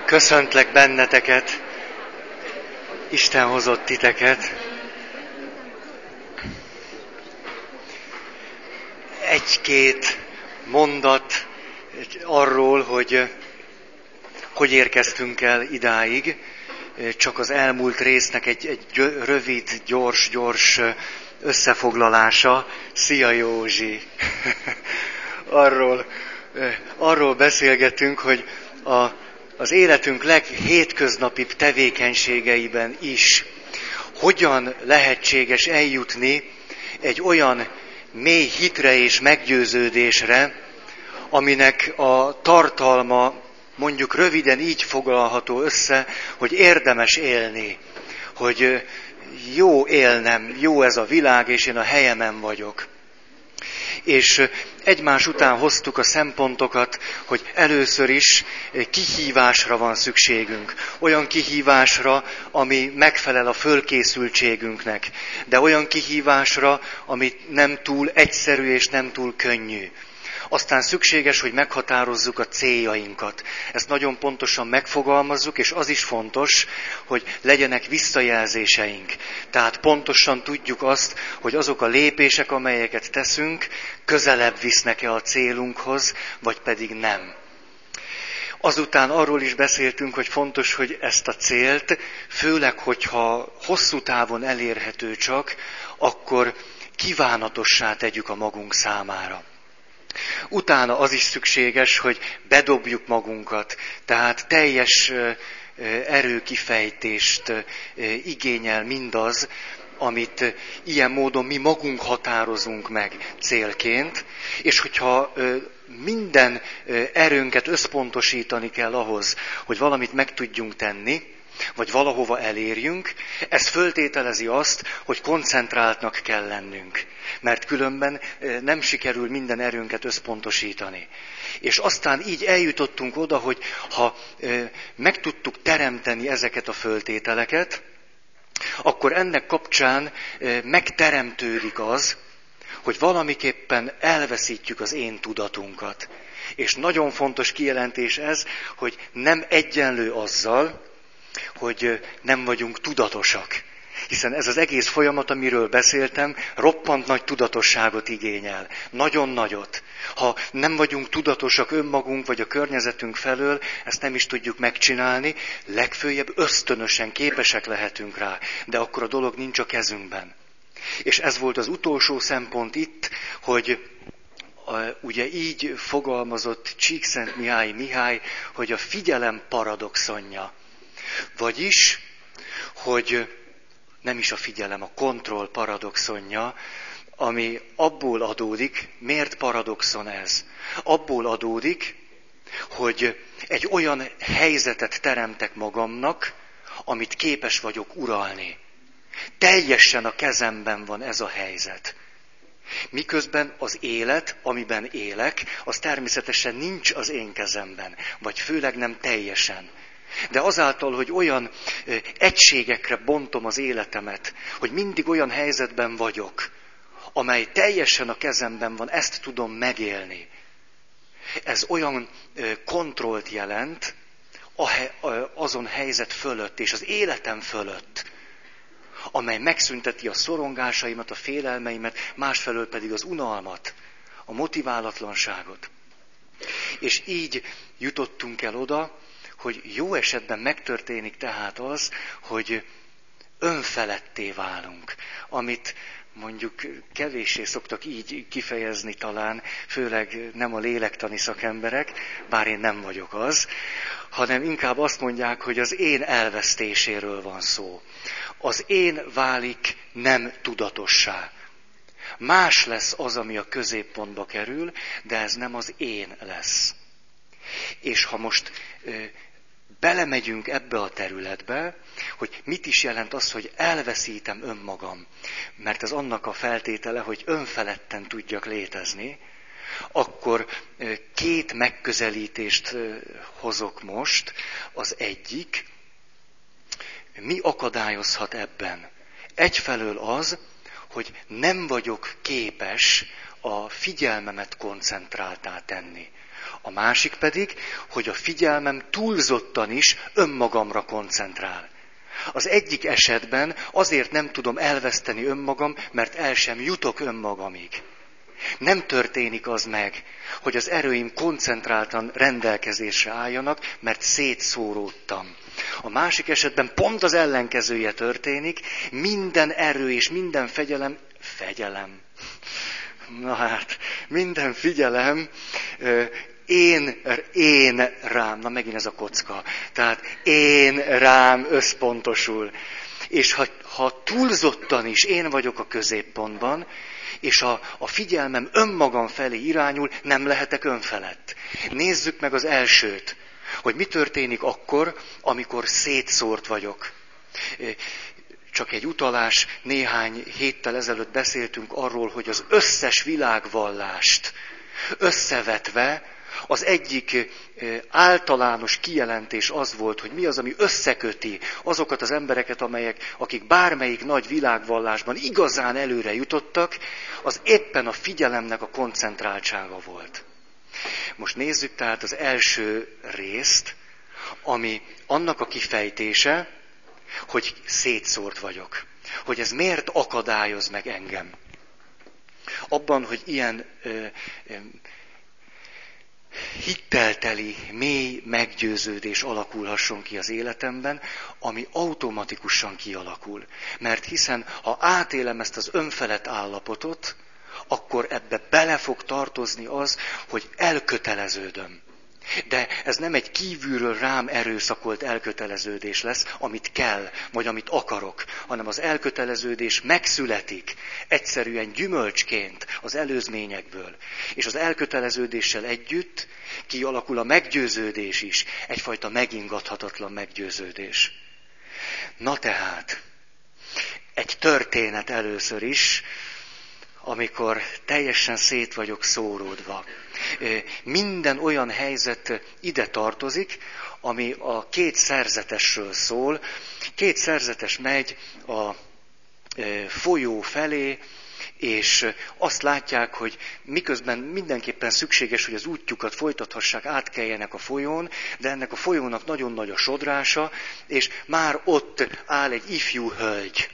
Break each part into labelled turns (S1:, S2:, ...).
S1: Köszöntlek benneteket, Isten hozott titeket. Egy-két mondat arról, hogy érkeztünk el idáig. Csak az elmúlt résznek egy rövid, gyors összefoglalása. Szia Józsi! Arról beszélgetünk, hogy az életünk leghétköznapibb tevékenységeiben is hogyan lehetséges eljutni egy olyan mély hitre és meggyőződésre, aminek a tartalma mondjuk röviden így foglalható össze, hogy érdemes élni, hogy jó élnem, jó ez a világ, és én a helyemen vagyok. És egymás után hoztuk a szempontokat, hogy először is kihívásra van szükségünk. Olyan kihívásra, ami megfelel a fölkészültségünknek, de olyan kihívásra, ami nem túl egyszerű és nem túl könnyű. Aztán szükséges, hogy meghatározzuk a céljainkat. Ezt nagyon pontosan megfogalmazzuk, és az is fontos, hogy legyenek visszajelzéseink. Tehát pontosan tudjuk azt, hogy azok a lépések, amelyeket teszünk, közelebb visznek-e a célunkhoz, vagy pedig nem. Azután arról is beszéltünk, hogy fontos, hogy ezt a célt, főleg, hogyha hosszú távon elérhető csak, akkor kívánatossá tegyük a magunk számára. Utána az is szükséges, hogy bedobjuk magunkat, tehát teljes erőkifejtést igényel mindaz, amit ilyen módon mi magunk határozunk meg célként, és hogyha minden erőnket összpontosítani kell ahhoz, hogy valamit meg tudjunk tenni, vagy valahova elérjünk, ez föltételezi azt, hogy koncentráltnak kell lennünk. Mert különben nem sikerül minden erőnket összpontosítani. És aztán így eljutottunk oda, hogy ha meg tudtuk teremteni ezeket a föltételeket, akkor ennek kapcsán megteremtődik az, hogy valamiképpen elveszítjük az én tudatunkat. És nagyon fontos kijelentés ez, hogy nem egyenlő azzal, hogy nem vagyunk tudatosak. Hiszen ez az egész folyamat, amiről beszéltem, roppant nagy tudatosságot igényel. Nagyon nagyot. Ha nem vagyunk tudatosak önmagunk vagy a környezetünk felől, ezt nem is tudjuk megcsinálni, legfőjebb ösztönösen képesek lehetünk rá, de akkor a dolog nincs a kezünkben. És ez volt az utolsó szempont itt, hogy ugye így fogalmazott Csíkszentmihalyi Mihály, hogy a figyelem paradoxonja. Vagyis, hogy nem is a figyelem, a kontroll paradoxonja, ami abból adódik, miért paradoxon ez? Abból adódik, hogy egy olyan helyzetet teremtek magamnak, amit képes vagyok uralni. Teljesen a kezemben van ez a helyzet. Miközben az élet, amiben élek, az természetesen nincs az én kezemben, vagy főleg nem teljesen. De azáltal, hogy olyan egységekre bontom az életemet, hogy mindig olyan helyzetben vagyok, amely teljesen a kezemben van, ezt tudom megélni. Ez olyan kontrollt jelent azon helyzet fölött és az életem fölött, amely megszünteti a szorongásaimat, a félelmeimet, másfelől pedig az unalmat, a motiválatlanságot. És így jutottunk el oda, hogy jó esetben megtörténik tehát az, hogy önfeledté válunk, amit mondjuk kevéssé szoktak így kifejezni talán, főleg nem a lélektani szakemberek, bár én nem vagyok az, hanem inkább azt mondják, hogy az én elvesztéséről van szó. Az én válik nem tudatossá. Más lesz az, ami a középpontba kerül, de ez nem az én lesz. És ha most belemegyünk ebbe a területbe, hogy mit is jelent az, hogy elveszítem önmagam, mert ez annak a feltétele, hogy önfeledten tudjak létezni, akkor két megközelítést hozok most. Az egyik, mi akadályozhat ebben? Egyfelől az, hogy nem vagyok képes a figyelmemet koncentráltá tenni. A másik pedig, hogy a figyelmem túlzottan is önmagamra koncentrál. Az egyik esetben azért nem tudom elveszteni önmagam, mert el sem jutok önmagamig. Nem történik az meg, hogy az erőim koncentráltan rendelkezésre álljanak, mert szétszóródtam. A másik esetben pont az ellenkezője történik, minden erő és minden minden figyelem, én rám, na megint ez a kocka, tehát én rám összpontosul. És ha túlzottan is én vagyok a középpontban, és a figyelmem önmagam felé irányul, nem lehetek önfelett. Nézzük meg az elsőt, hogy mi történik akkor, amikor szétszórt vagyok. Csak egy utalás, néhány héttel ezelőtt beszéltünk arról, hogy az összes világvallást összevetve az egyik általános kijelentés az volt, hogy mi az, ami összeköti azokat az embereket, akik bármelyik nagy világvallásban igazán előre jutottak, az éppen a figyelemnek a koncentráltsága volt. Most nézzük tehát az első részt, ami annak a kifejtése, hogy szétszórt vagyok. Hogy ez miért akadályoz meg engem. Abban, hogy ilyen hittelteli, mély meggyőződés alakulhasson ki az életemben, ami automatikusan kialakul. Mert hiszen, ha átélem ezt az önfelett állapotot, akkor ebbe bele fog tartozni az, hogy elköteleződöm. De ez nem egy kívülről rám erőszakolt elköteleződés lesz, amit kell, vagy amit akarok, hanem az elköteleződés megszületik egyszerűen gyümölcsként az előzményekből. És az elköteleződéssel együtt kialakul a meggyőződés is, egyfajta megingathatatlan meggyőződés. Na tehát, egy történet először is, amikor teljesen szét vagyok szóródva. Minden olyan helyzet ide tartozik, ami a két szerzetesről szól. Két szerzetes megy a folyó felé, és azt látják, hogy miközben mindenképpen szükséges, hogy az útjukat folytathassák, átkeljenek a folyón, de ennek a folyónak nagyon nagy a sodrása, és már ott áll egy ifjú hölgy.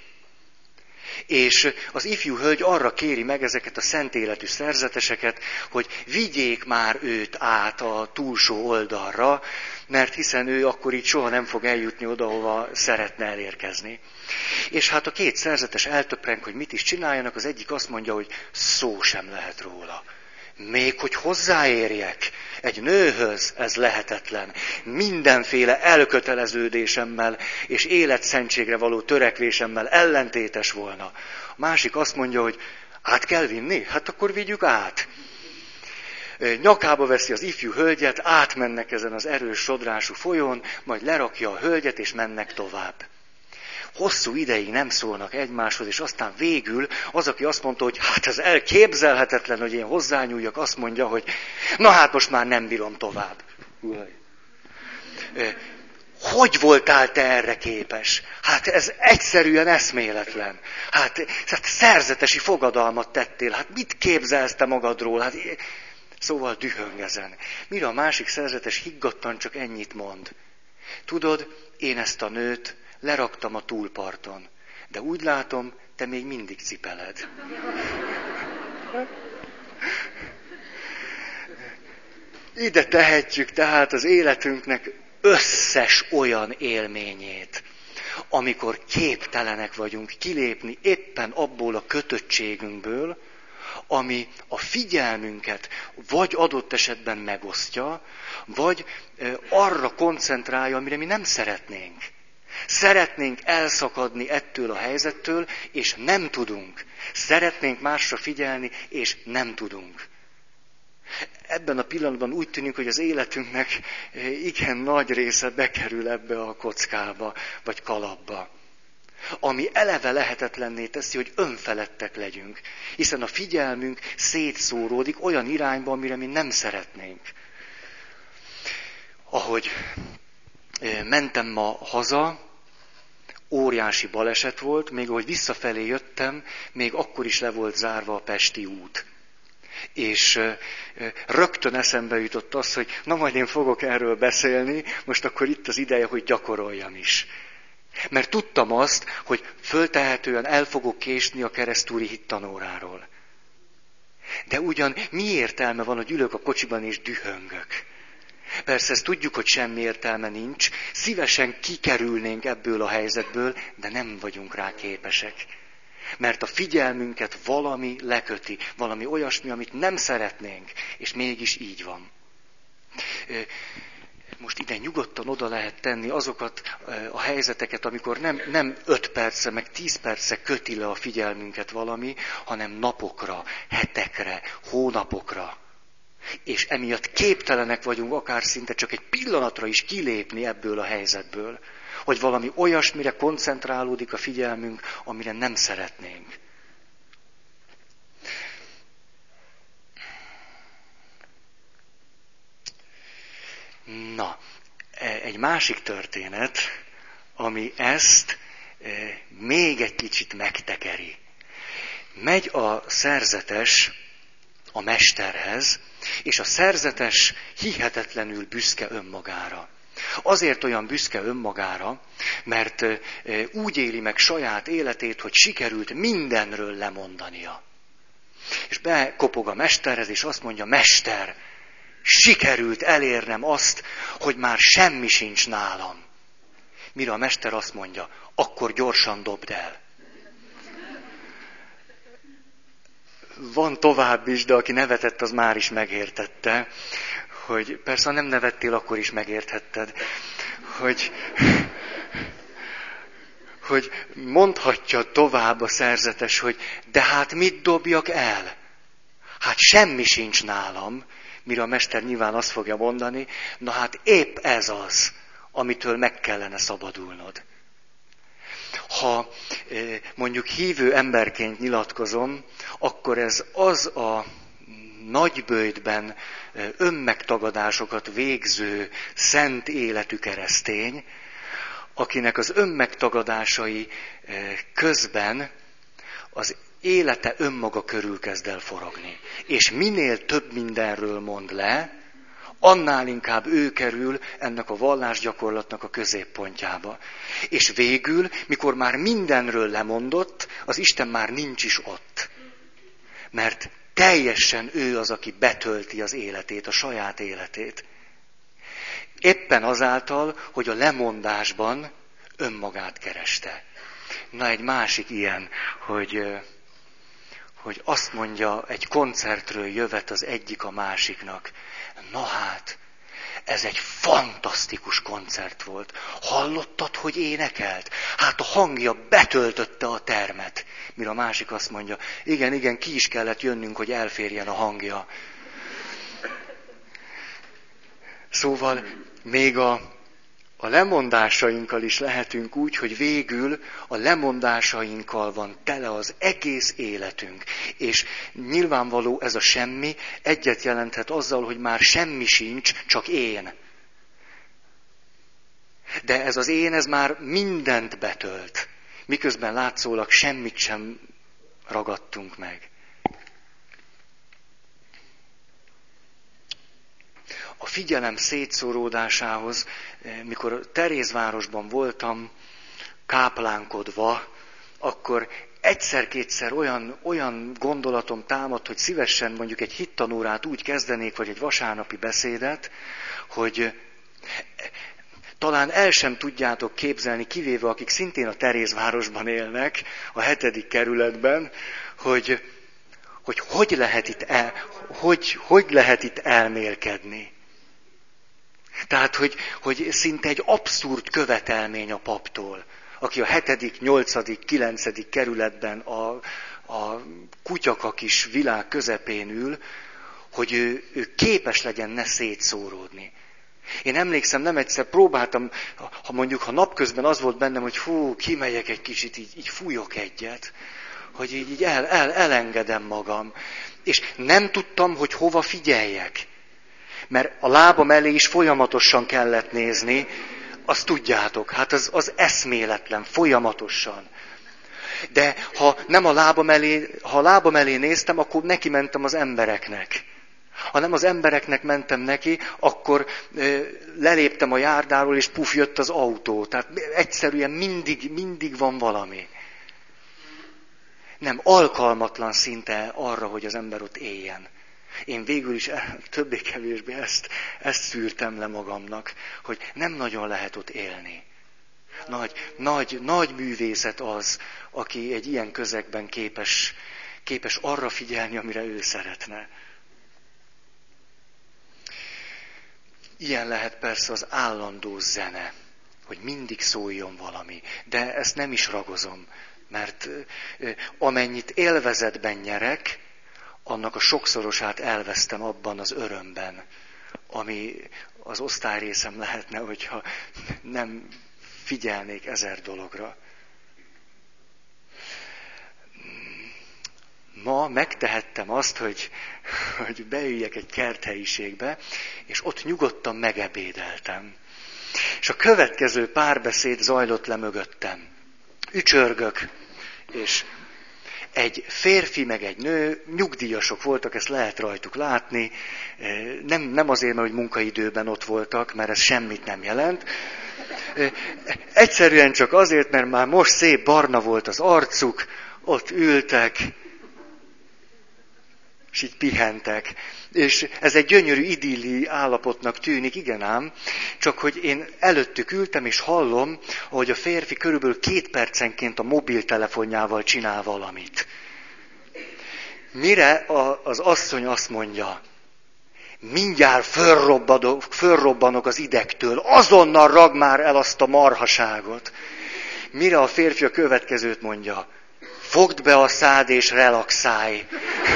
S1: És az ifjú hölgy arra kéri meg ezeket a szent életű szerzeteseket, hogy vigyék már őt át a túlsó oldalra, mert hiszen ő akkor így soha nem fog eljutni oda, hova szeretne elérkezni. És hát a két szerzetes eltöprenk, hogy mit is csináljanak, az egyik azt mondja, hogy szó sem lehet róla. Még hogy hozzáérjek egy nőhöz, ez lehetetlen. Mindenféle elköteleződésemmel és életszentségre való törekvésemmel ellentétes volna. A másik azt mondja, hogy át kell vinni? Hát akkor vigyük át. Nyakába veszi az ifjú hölgyet, átmennek ezen az erős sodrású folyón, majd lerakja a hölgyet, és mennek tovább. Hosszú ideig nem szólnak egymáshoz, és aztán végül az, aki azt mondta, hogy hát ez elképzelhetetlen, hogy én hozzányúljak, azt mondja, hogy na hát most már nem bírom tovább. Hogy voltál te erre képes? Hát ez egyszerűen eszméletlen. Hát szerzetesi fogadalmat tettél, hát mit képzelsz te magadról? Hát, szóval dühöng ezen. Mire a másik szerzetes higgadtan csak ennyit mond. Tudod, én ezt a nőt leraktam a túlparton, de úgy látom, te még mindig cipeled. Ide tehetjük tehát az életünknek összes olyan élményét, amikor képtelenek vagyunk kilépni éppen abból a kötöttségünkből, ami a figyelmünket vagy adott esetben megosztja, vagy arra koncentrálja, amire mi nem szeretnénk. Szeretnénk elszakadni ettől a helyzettől, és nem tudunk. Szeretnénk másra figyelni, és nem tudunk. Ebben a pillanatban úgy tűnik, hogy az életünknek igen nagy része bekerül ebbe a kockába, vagy kalapba. Ami eleve lehetetlenné teszi, hogy önfeledtek legyünk. Hiszen a figyelmünk szétszóródik olyan irányba, amire mi nem szeretnénk. Ahogy mentem ma haza, óriási baleset volt, még ahogy visszafelé jöttem, még akkor is le volt zárva a pesti út. És rögtön eszembe jutott az, hogy na majd én fogok erről beszélni, most akkor itt az ideje, hogy gyakoroljam is. Mert tudtam azt, hogy föltehetően el fogok késni a keresztúri hittanóráról. De ugyan mi értelme van, hogy ülök a kocsiban és dühöngök? Persze ezt tudjuk, hogy semmi értelme nincs, szívesen kikerülnénk ebből a helyzetből, de nem vagyunk rá képesek. Mert a figyelmünket valami leköti, valami olyasmi, amit nem szeretnénk, és mégis így van. Most ide nyugodtan oda lehet tenni azokat a helyzeteket, amikor nem 5 perce, meg 10 perce köti le a figyelmünket valami, hanem napokra, hetekre, hónapokra. És emiatt képtelenek vagyunk akár szinte csak egy pillanatra is kilépni ebből a helyzetből, hogy valami olyasmire koncentrálódik a figyelmünk, amire nem szeretnénk. Na, egy másik történet, ami ezt még egy kicsit megtekeri. Megy a szerzetes a mesterhez, és a szerzetes hihetetlenül büszke önmagára. Azért olyan büszke önmagára, mert úgy éli meg saját életét, hogy sikerült mindenről lemondania. És bekopog a mesterhez, és azt mondja, mester, sikerült elérnem azt, hogy már semmi sincs nálam. Mire a mester azt mondja, akkor gyorsan dobd el. Van tovább is, de aki nevetett, az már is megértette, hogy persze, ha nem nevettél, akkor is megérthetted, hogy mondhatja tovább a szerzetes, hogy de hát mit dobjak el? Hát semmi sincs nálam, mire a mester nyilván azt fogja mondani, na hát épp ez az, amitől meg kellene szabadulnod. Ha mondjuk hívő emberként nyilatkozom, akkor ez az a nagyböjtben önmegtagadásokat végző szent életű keresztény, akinek az önmegtagadásai közben az élete önmaga körül kezd el forogni. És minél több mindenről mond le, annál inkább ő kerül ennek a vallásgyakorlatnak a középpontjába. És végül, mikor már mindenről lemondott, az Isten már nincs is ott. Mert teljesen ő az, aki betölti az életét, a saját életét. Éppen azáltal, hogy a lemondásban önmagát kereste. Na, egy másik ilyen, hogy azt mondja, egy koncertről jövet az egyik a másiknak. Na hát, ez egy fantasztikus koncert volt. Hallottad, hogy énekelt? Hát a hangja betöltötte a termet. Mire a másik azt mondja, igen, ki is kellett jönnünk, hogy elférjen a hangja. Szóval még a lemondásainkkal is lehetünk úgy, hogy végül a lemondásainkkal van tele az egész életünk. És nyilvánvaló ez a semmi egyet jelenthet azzal, hogy már semmi sincs, csak én. De ez az én, ez már mindent betölt. Miközben látszólag semmit sem ragadtunk meg. A figyelem szétszóródásához, mikor Terézvárosban voltam, káplánkodva, akkor egyszer-kétszer olyan gondolatom támadt, hogy szívesen mondjuk egy hittanórát úgy kezdenék, vagy egy vasárnapi beszédet, hogy talán el sem tudjátok képzelni, kivéve akik szintén a Terézvárosban élnek, a 7. kerületben, hogy lehet itt elmélkedni. Tehát, hogy szinte egy abszurd követelmény a paptól, aki a 7., 8., 9. kerületben a kutyakakis világ közepén ül, hogy ő képes legyen ne szétszóródni. Én emlékszem, nem egyszer próbáltam, ha napközben az volt bennem, hogy kimegyek egy kicsit, így fújok egyet, hogy így elengedem magam. És nem tudtam, hogy hova figyeljek. Mert a lábam elé is folyamatosan kellett nézni, azt tudjátok, hát az eszméletlen, folyamatosan. De ha a lábam elé néztem, akkor neki mentem az embereknek. Ha nem az embereknek mentem neki, akkor leléptem a járdáról, és puf, jött az autó. Tehát egyszerűen mindig van valami. Nem, alkalmatlan szinte arra, hogy az ember ott éljen. Én végül is többé-kevésbé ezt szűrtem le magamnak, hogy nem nagyon lehet ott élni. Nagy művészet az, aki egy ilyen közegben képes arra figyelni, amire ő szeretne. Ilyen lehet persze az állandó zene, hogy mindig szóljon valami. De ezt nem is ragozom, mert amennyit élvezetben nyerek, annak a sokszorosát elvesztem abban az örömben, ami az osztályrészem lehetne, hogyha nem figyelnék 1000 dologra. Ma megtehettem azt, hogy beüljek egy kerthelyiségbe, és ott nyugodtan megebédeltem. És a következő párbeszéd zajlott le mögöttem. Ücsörgök, és egy férfi meg egy nő, nyugdíjasok voltak, ezt lehet rajtuk látni, nem azért, mert hogy munkaidőben ott voltak, mert ez semmit nem jelent. Egyszerűen csak azért, mert már most szép barna volt az arcuk, ott ültek, és így pihentek. És ez egy gyönyörű idilli állapotnak tűnik, igen ám, csak hogy én előttük ültem, és hallom, hogy a férfi körülbelül 2 percenként a mobiltelefonjával csinál valamit. Mire az asszony azt mondja, mindjárt fölrobbanok az idegtől, azonnal ragd már el azt a marhaságot. Mire a férfi a következőt mondja, fogd be a szád és relaxálj.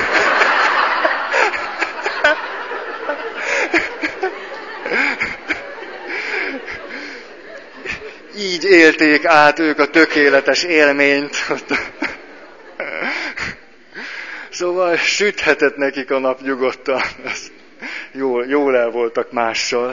S1: Így élték át ők a tökéletes élményt. Szóval süthetett nekik a nap nyugodtan. Jól el voltak mással.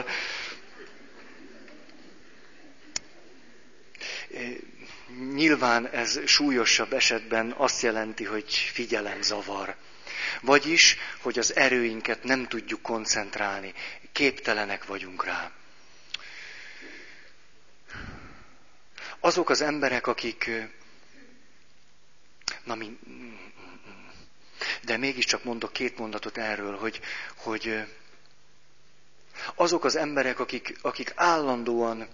S1: Nyilván ez súlyosabb esetben azt jelenti, hogy figyelemzavar. Vagyis, hogy az erőinket nem tudjuk koncentrálni. Képtelenek vagyunk rá. Azok az emberek, akik... De mégiscsak mondok 2 mondatot erről, hogy azok az emberek, akik állandóan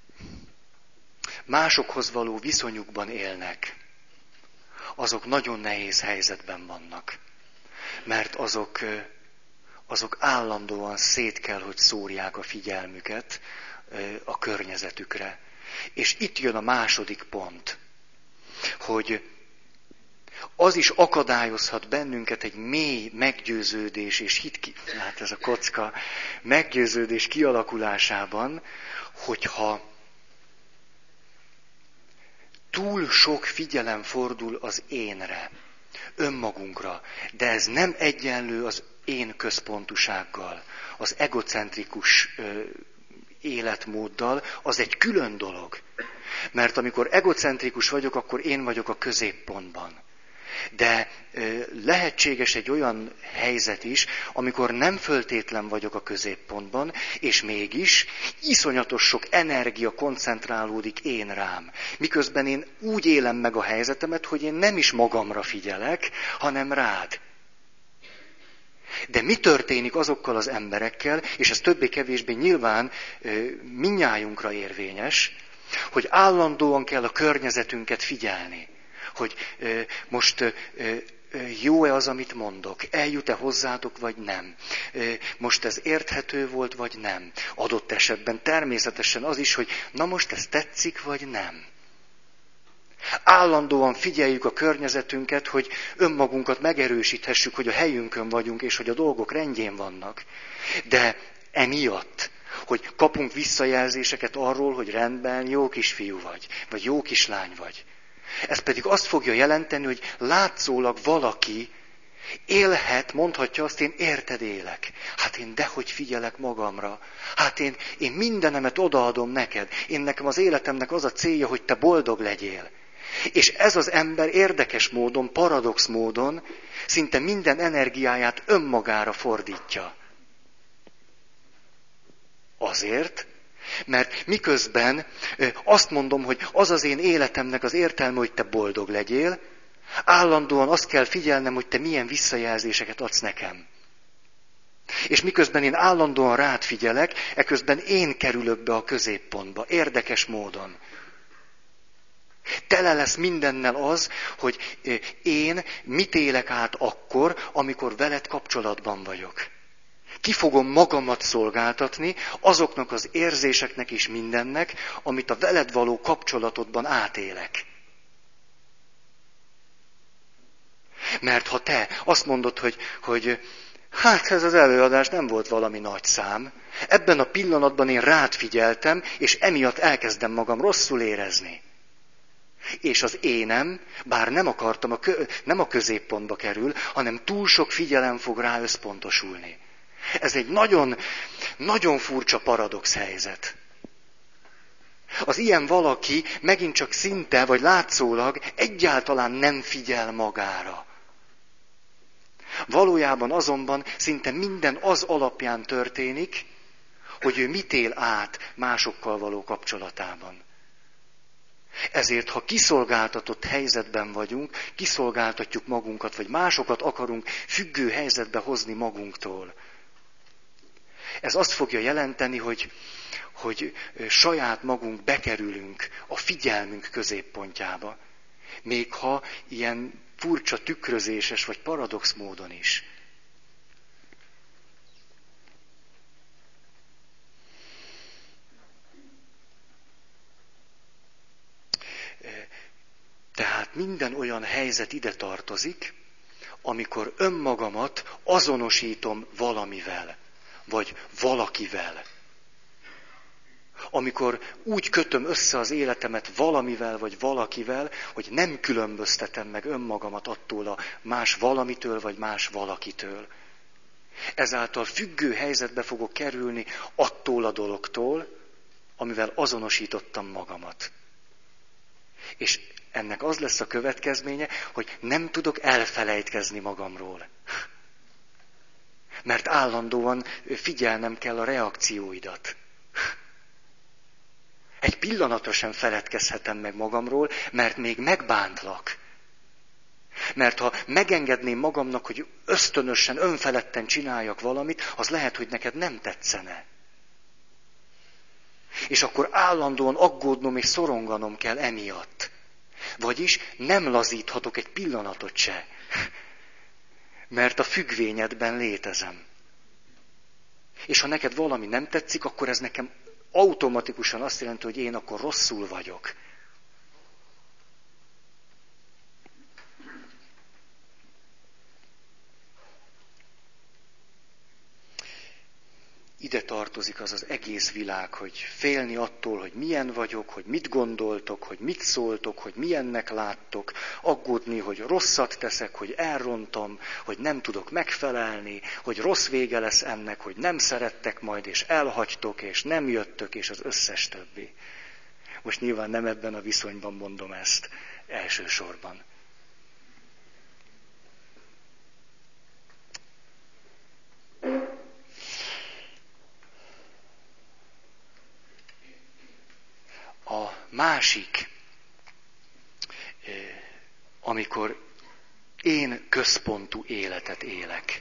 S1: másokhoz való viszonyukban élnek, azok nagyon nehéz helyzetben vannak. Mert azok állandóan szét kell, hogy szórják a figyelmüket a környezetükre. És itt jön a második pont, hogy az is akadályozhat bennünket egy mély meggyőződés és hát ez a kocka, meggyőződés kialakulásában, hogyha túl sok figyelem fordul az énre, önmagunkra, de ez nem egyenlő az én központusággal, az egocentrikus életmóddal, az egy külön dolog. Mert amikor egocentrikus vagyok, akkor én vagyok a középpontban. De lehetséges egy olyan helyzet is, amikor nem föltétlen vagyok a középpontban, és mégis iszonyatos sok energia koncentrálódik én rám. Miközben én úgy élem meg a helyzetemet, hogy én nem is magamra figyelek, hanem rád. De mi történik azokkal az emberekkel, és ez többé-kevésbé nyilván mindnyájunkra érvényes, hogy állandóan kell a környezetünket figyelni. Hogy most jó-e az, amit mondok? Eljut-e hozzátok, vagy nem? Most ez érthető volt, vagy nem? Adott esetben természetesen az is, hogy na most ez tetszik, vagy nem? Állandóan figyeljük a környezetünket, hogy önmagunkat megerősíthessük, hogy a helyünkön vagyunk, és hogy a dolgok rendjén vannak. De emiatt, hogy kapunk visszajelzéseket arról, hogy rendben, jó kisfiú vagy jó kislány vagy. Ez pedig azt fogja jelenteni, hogy látszólag valaki élhet, mondhatja azt, én érted élek. Hát én dehogy figyelek magamra. Hát én mindenemet odaadom neked. Nekem az életemnek az a célja, hogy te boldog legyél. És ez az ember érdekes módon, paradox módon szinte minden energiáját önmagára fordítja. Azért, mert miközben azt mondom, hogy az az én életemnek az értelme, hogy te boldog legyél, állandóan azt kell figyelnem, hogy te milyen visszajelzéseket adsz nekem. És miközben én állandóan rád figyelek, eközben én kerülök be a középpontba, érdekes módon. Tele lesz mindennel az, hogy én mit élek át akkor, amikor veled kapcsolatban vagyok. Ki fogom magamat szolgáltatni azoknak az érzéseknek és mindennek, amit a veled való kapcsolatodban átélek. Mert ha te azt mondod, hogy hát ez az előadás nem volt valami nagy szám, ebben a pillanatban én rád figyeltem, és emiatt elkezdem magam rosszul érezni. És az énem, bár nem akartam, nem a középpontba kerül, hanem túl sok figyelem fog rá összpontosulni. Ez egy nagyon, nagyon furcsa paradox helyzet. Az ilyen valaki megint csak szinte, vagy látszólag egyáltalán nem figyel magára. Valójában azonban szinte minden az alapján történik, hogy ő mit él át másokkal való kapcsolatában. Ezért, ha kiszolgáltatott helyzetben vagyunk, kiszolgáltatjuk magunkat, vagy másokat akarunk függő helyzetbe hozni magunktól. Ez azt fogja jelenteni, hogy saját magunk bekerülünk a figyelmünk középpontjába. Még ha ilyen furcsa, tükrözéses vagy paradox módon is. Tehát minden olyan helyzet ide tartozik, amikor önmagamat azonosítom valamivel, vagy valakivel. Amikor úgy kötöm össze az életemet valamivel vagy valakivel, hogy nem különböztetem meg önmagamat attól a más valamitől vagy más valakitől. Ezáltal függő helyzetbe fogok kerülni attól a dologtól, amivel azonosítottam magamat. És ennek az lesz a következménye, hogy nem tudok elfelejtkezni magamról. Mert állandóan figyelnem kell a reakcióidat. Egy pillanatra sem feledkezhetem meg magamról, mert még megbántlak. Mert ha megengedném magamnak, hogy ösztönösen, önfeledten csináljak valamit, az lehet, hogy neked nem tetszene. És akkor állandóan aggódnom és szoronganom kell emiatt. Vagyis nem lazíthatok egy pillanatot se, mert a függvényedben létezem. És ha neked valami nem tetszik, akkor ez nekem automatikusan azt jelenti, hogy én akkor rosszul vagyok. Ide tartozik az egész világ, hogy félni attól, hogy milyen vagyok, hogy mit gondoltok, hogy mit szóltok, hogy milyennek láttok, aggódni, hogy rosszat teszek, hogy elrontom, hogy nem tudok megfelelni, hogy rossz vége lesz ennek, hogy nem szerettek majd, és elhagytok, és nem jöttök, és az összes többi. Most nyilván nem ebben a viszonyban mondom ezt elsősorban. A másik, amikor én központú életet élek,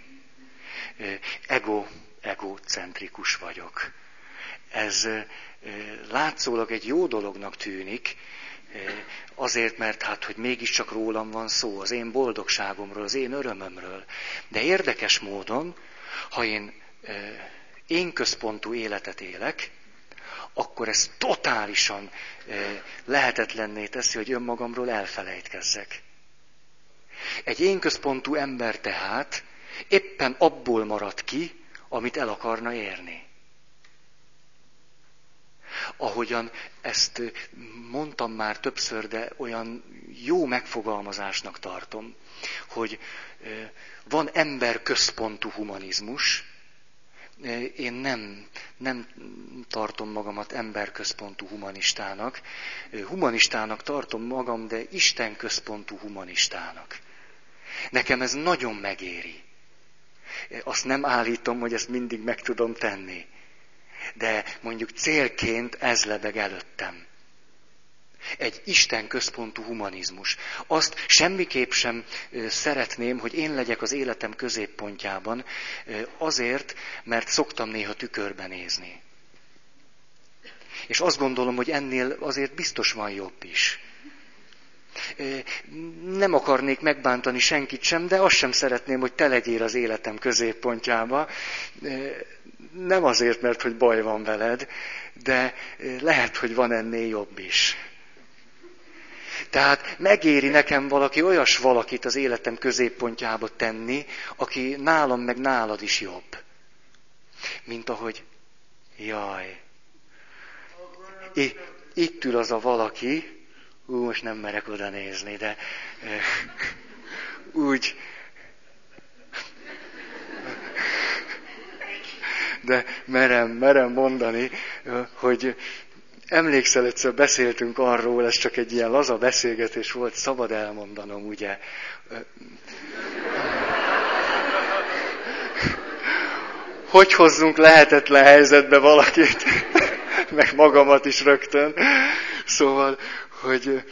S1: egocentrikus vagyok. Ez látszólag egy jó dolognak tűnik, azért, mert hogy mégiscsak rólam van szó, az én boldogságomról, az én örömömről. De érdekes módon, ha én központú életet élek, akkor ez totálisan lehetetlenné teszi, hogy önmagamról elfelejtkezzek. Egy énközpontú ember tehát éppen abból marad ki, amit el akarna érni. Ahogyan ezt mondtam már többször, de olyan jó megfogalmazásnak tartom, hogy van emberközpontú humanizmus, én nem tartom magamat emberközpontú humanistának. Humanistának tartom magam, de istenközpontú humanistának. Nekem ez nagyon megéri. Azt nem állítom, hogy ezt mindig meg tudom tenni. De mondjuk célként ez lebeg előttem. Egy istenközpontú humanizmus. Azt semmiképp sem szeretném, hogy én legyek az életem középpontjában, azért, mert szoktam néha tükörbe nézni. És azt gondolom, hogy ennél azért biztos van jobb is. Nem akarnék megbántani senkit sem, de azt sem szeretném, hogy te legyél az életem középpontjába. Nem azért, mert hogy baj van veled, de lehet, hogy van ennél jobb is. Tehát megéri nekem olyas valakit az életem középpontjába tenni, aki nálam meg nálad is jobb. Mint ahogy, jaj, itt ül az a valaki, most nem merek oda nézni, de úgy, de merem mondani, hogy emlékszel, egyszer beszéltünk arról, ez csak egy ilyen laza beszélgetés volt, szabad elmondanom, ugye? Hogy hozzunk lehetetlen helyzetbe valakit, meg magamat is rögtön. Szóval, hogy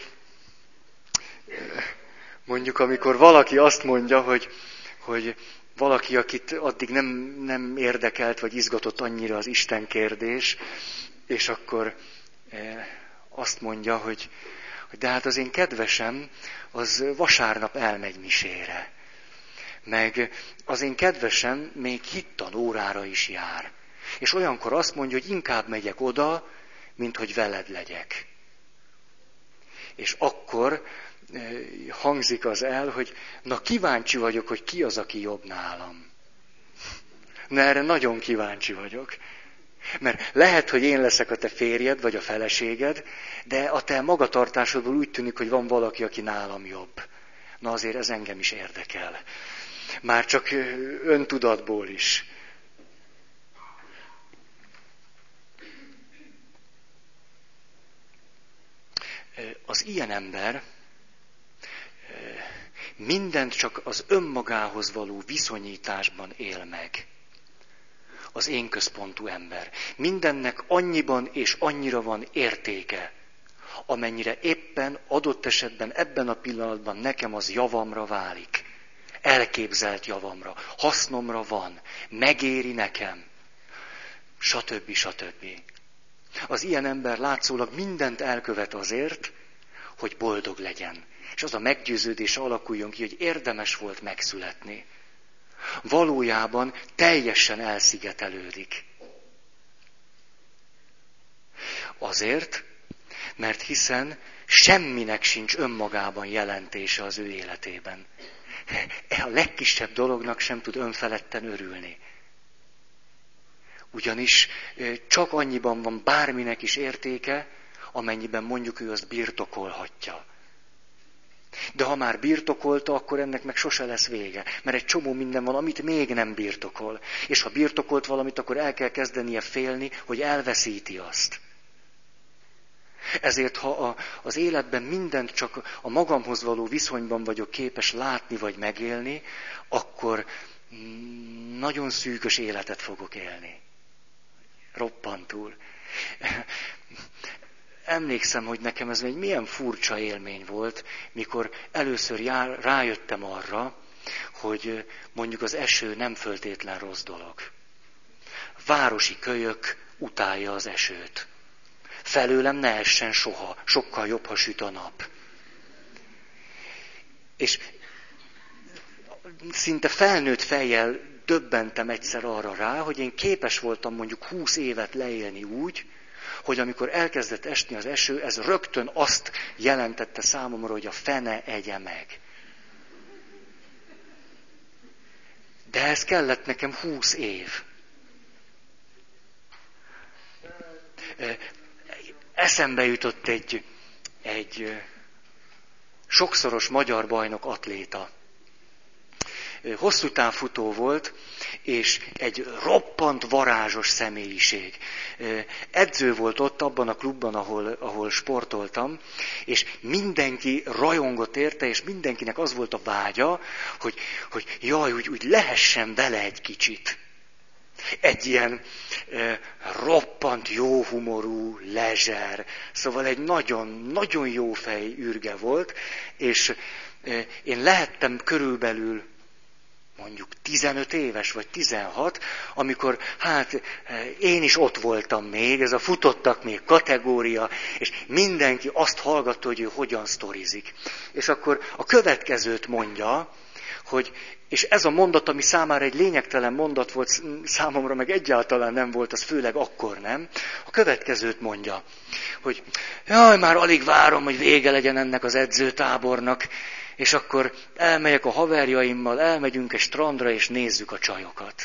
S1: mondjuk, amikor valaki azt mondja, hogy valaki, akit addig nem érdekelt, vagy izgatott annyira az Isten kérdés, és akkor azt mondja, hogy de hát az én kedvesem, az vasárnap elmegy misére. Meg az én kedvesem még hittanórára is jár. És olyankor azt mondja, hogy inkább megyek oda, mint hogy veled legyek. És akkor hangzik az el, hogy na kíváncsi vagyok, hogy ki az, aki jobb nálam. Na erre nagyon kíváncsi vagyok. Mert lehet, hogy én leszek a te férjed, vagy a feleséged, de a te magatartásodból úgy tűnik, hogy van valaki, aki nálam jobb. Na azért ez engem is érdekel. Már csak öntudatból is. Az ilyen ember mindent csak az önmagához való viszonyításban él meg. Az én központú ember. Mindennek annyiban és annyira van értéke, amennyire éppen adott esetben ebben a pillanatban nekem az javamra válik. Elképzelt javamra, hasznomra van, megéri nekem, stb. Stb. Az ilyen ember látszólag mindent elkövet azért, hogy boldog legyen. És az a meggyőződése alakuljon ki, hogy érdemes volt megszületni. Valójában teljesen elszigetelődik. Azért, mert hiszen semminek sincs önmagában jelentése az ő életében. A legkisebb dolognak sem tud önfeledten örülni. Ugyanis csak annyiban van bárminek is értéke, amennyiben mondjuk ő azt birtokolhatja. De ha már birtokolta, akkor ennek meg sose lesz vége. Mert egy csomó minden van, amit még nem birtokol. És ha birtokolt valamit, akkor el kell kezdenie félni, hogy elveszíti azt. Ezért, ha az életben mindent csak a magamhoz való viszonyban vagyok képes látni vagy megélni, akkor nagyon szűkös életet fogok élni. Roppantul. Emlékszem, hogy nekem ez egy milyen furcsa élmény volt, mikor először rájöttem arra, hogy mondjuk az eső nem föltétlen rossz dolog. Városi kölyök utálja az esőt. Felőlem ne essen soha, sokkal jobb, ha süt a nap. És szinte felnőtt fejjel döbbentem egyszer arra rá, hogy én képes voltam mondjuk 20 évet leélni úgy, hogy amikor elkezdett esni az eső, ez rögtön azt jelentette számomra, hogy a fene egye meg. De ez kellett nekem 20 év. Eszembe jutott egy sokszoros magyar bajnok atléta. hosszú távfutó volt, és egy roppant varázsos személyiség. Edző volt ott abban a klubban, ahol sportoltam, és mindenki rajongott érte, és mindenkinek az volt a vágya, hogy jaj, úgy lehessen vele egy kicsit. Egy ilyen roppant jó humorú, lezser, szóval egy nagyon, nagyon jó fej ürge volt, és én lehettem körülbelül mondjuk 15 éves, vagy 16, amikor én is ott voltam még, ez a futottak még kategória, és mindenki azt hallgatta, hogy ő hogyan sztorizik. És akkor a következőt mondja, és ez a mondat, ami számára egy lényegtelen mondat volt, számomra meg egyáltalán nem volt, az főleg akkor nem. A következőt mondja, hogy jaj, már alig várom, hogy vége legyen ennek az edzőtábornak, és akkor elmegyek a haverjaimmal, elmegyünk egy strandra, és nézzük a csajokat.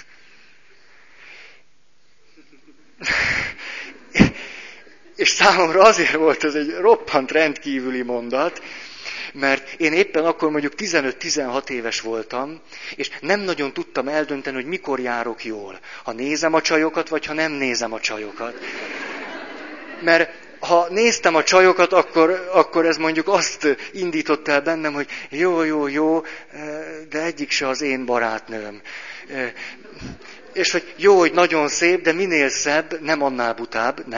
S1: És számomra azért volt ez egy roppant rendkívüli mondat, mert én éppen akkor mondjuk 15-16 éves voltam, és nem nagyon tudtam eldönteni, hogy mikor járok jól. Ha nézem a csajokat, vagy ha nem nézem a csajokat. Mert ha néztem a csajokat, akkor ez mondjuk azt indította el bennem, hogy jó, de egyik se az én barátnőm. És hogy jó, hogy nagyon szép, de minél szebb, nem annál butább,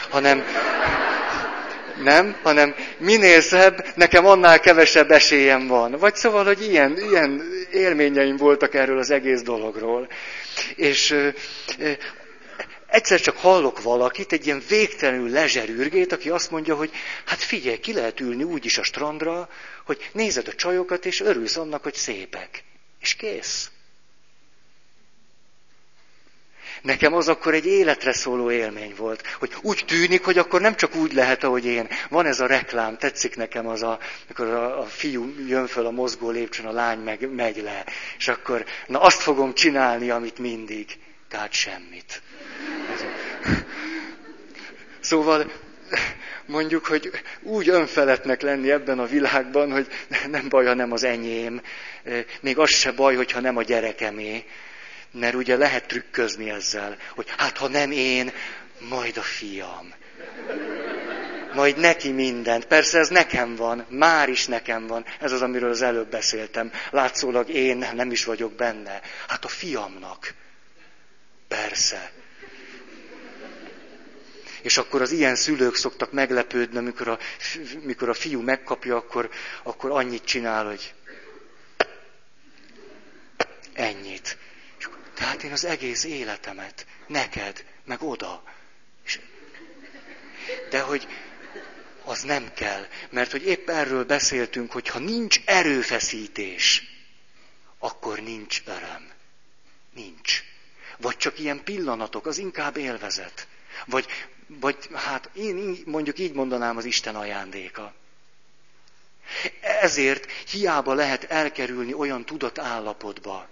S1: hanem minél szebb, nekem annál kevesebb esélyem van. Vagy szóval, hogy ilyen élményeim voltak erről az egész dologról. És egyszer csak hallok valakit, egy ilyen végtelenül lezserürgét, aki azt mondja, hogy hát figyelj, ki lehet ülni úgy is a strandra, hogy nézed a csajokat, és örülsz annak, hogy szépek. És kész. Nekem az akkor egy életre szóló élmény volt, hogy úgy tűnik, hogy akkor nem csak úgy lehet, ahogy én. Van ez a reklám, tetszik nekem az, amikor a fiú jön föl a mozgó lépcsőn, a lány meg megy le. És akkor, na azt fogom csinálni, amit mindig. Tehát semmit. Szóval mondjuk, hogy úgy önfeledtnek lenni ebben a világban, hogy nem baj, ha nem az enyém. Még az se baj, hogyha nem a gyerekemé. Mert ugye lehet trükközni ezzel, hogy hát ha nem én, majd a fiam. Majd neki mindent. Persze ez nekem van, már is nekem van. Ez az, amiről az előbb beszéltem. Látszólag én nem is vagyok benne. Hát a fiamnak. Persze. És akkor az ilyen szülők szoktak meglepődni, amikor a fiú megkapja, akkor annyit csinál, hogy ennyit. Tehát én az egész életemet neked, meg oda. De hogy az nem kell, mert hogy épp erről beszéltünk, hogy ha nincs erőfeszítés, akkor nincs öröm. Nincs. Vagy csak ilyen pillanatok, az inkább élvezet. Vagy hát én mondjuk így mondanám, az Isten ajándéka. Ezért hiába lehet elkerülni olyan tudatállapotba,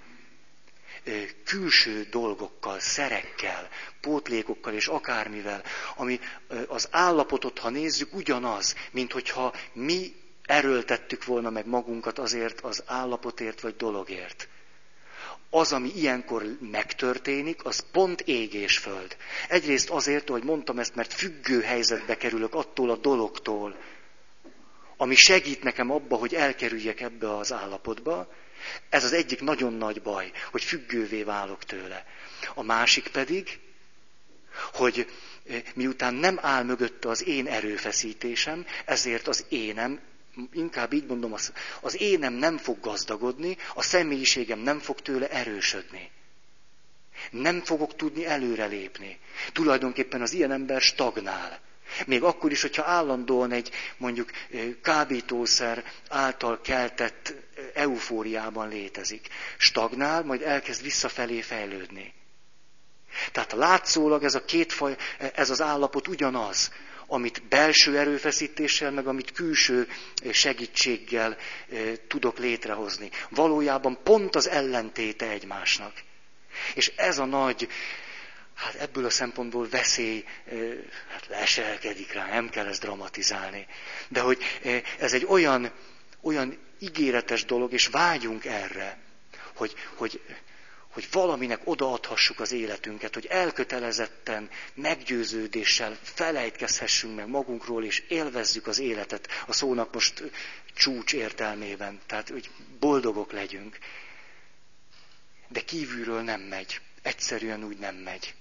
S1: külső dolgokkal, szerekkel, pótlékokkal és akármivel, ami az állapotot, ha nézzük, ugyanaz, mint hogyha mi erőltettük volna meg magunkat azért az állapotért vagy dologért. Az, ami ilyenkor megtörténik, az pont ég és föld. Egyrészt azért, hogy mondtam ezt, mert függő helyzetbe kerülök attól a dologtól, ami segít nekem abba, hogy elkerüljek ebbe az állapotba. Ez az egyik nagyon nagy baj, hogy függővé válok tőle. A másik pedig, hogy miután nem áll mögötte az én erőfeszítésem, ezért az énem, inkább így mondom, az énem nem fog gazdagodni, a személyiségem nem fog tőle erősödni. Nem fogok tudni előrelépni. Tulajdonképpen az ilyen ember stagnál. Még akkor is, hogyha állandóan egy mondjuk kábítószer által keltett eufóriában létezik. Stagnál, majd elkezd visszafelé fejlődni. Tehát látszólag ez az állapot ugyanaz, amit belső erőfeszítéssel, meg amit külső segítséggel tudok létrehozni. Valójában pont az ellentéte egymásnak. És ez a nagy, hát ebből a szempontból veszély, hát leselkedik rá, nem kell ezt dramatizálni. De hogy ez egy olyan ígéretes dolog, és vágyunk erre, hogy valaminek odaadhassuk az életünket, hogy elkötelezetten, meggyőződéssel felejtkezhessünk meg magunkról, és élvezzük az életet a szónak most csúcs értelmében. Tehát, hogy boldogok legyünk. De kívülről nem megy. Egyszerűen úgy nem megy.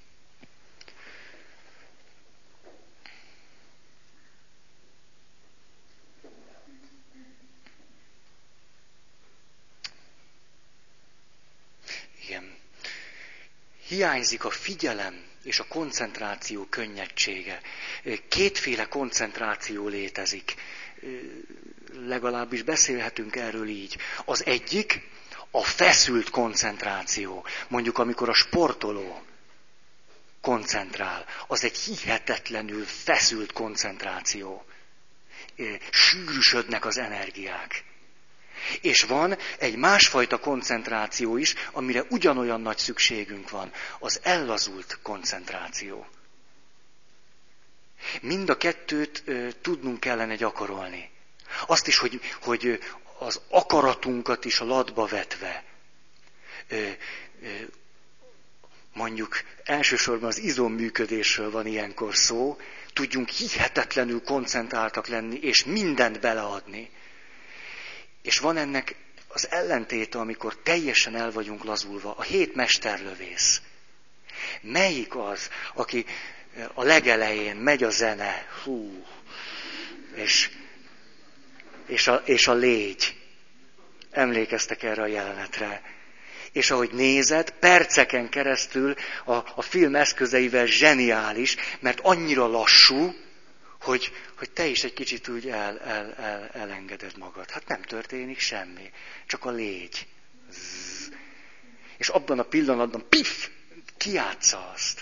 S1: Igen. Hiányzik a figyelem és a koncentráció könnyedsége. Kétféle koncentráció létezik. Legalábbis beszélhetünk erről így. Az egyik a feszült koncentráció. Mondjuk, amikor a sportoló koncentrál, az egy hihetetlenül feszült koncentráció. Sűrűsödnek az energiák. És van egy másfajta koncentráció is, amire ugyanolyan nagy szükségünk van. Az ellazult koncentráció. Mind a kettőt tudnunk kellene gyakorolni. Azt is, hogy az akaratunkat is a latba vetve, mondjuk elsősorban az izomműködésről van ilyenkor szó, tudjunk hihetetlenül koncentráltak lenni, és mindent beleadni. És van ennek az ellentéte, amikor teljesen el vagyunk lazulva, a 7 mesterlövész. Melyik az, aki a legelején megy a zene, és a légy. Emlékeztek erre a jelenetre. És ahogy nézed, perceken keresztül a film eszközeivel zseniális, mert annyira lassú, hogy te is egy kicsit úgy elengeded magad. Hát nem történik semmi, csak a légy. Zzz. És abban a pillanatban, pif, kijátsza azt.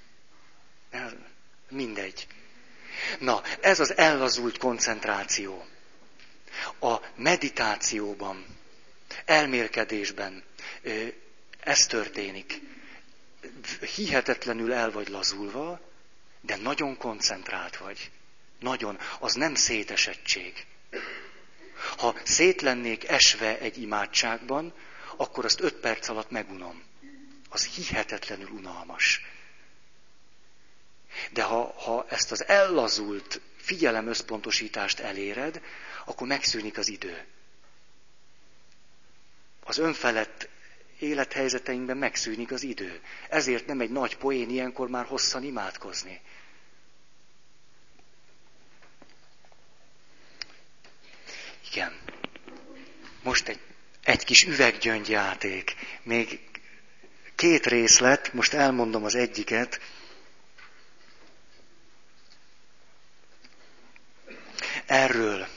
S1: Mindegy. Na, ez az ellazult koncentráció. A meditációban, elmélkedésben ez történik. Hihetetlenül el vagy lazulva, de nagyon koncentrált vagy. Nagyon. Az nem szétesettség. Ha szét lennék esve egy imádságban, akkor azt 5 perc alatt megunom. Az hihetetlenül unalmas. De ha ezt az ellazult figyelemösszpontosítást eléred, akkor megszűnik az idő. Az önfelett élethelyzeteinkben megszűnik az idő. Ezért nem egy nagy poén ilyenkor már hosszan imádkozni. Igen. Most egy kis üveggyöngyjáték. Még 2 részlet, most elmondom az egyiket. Erről.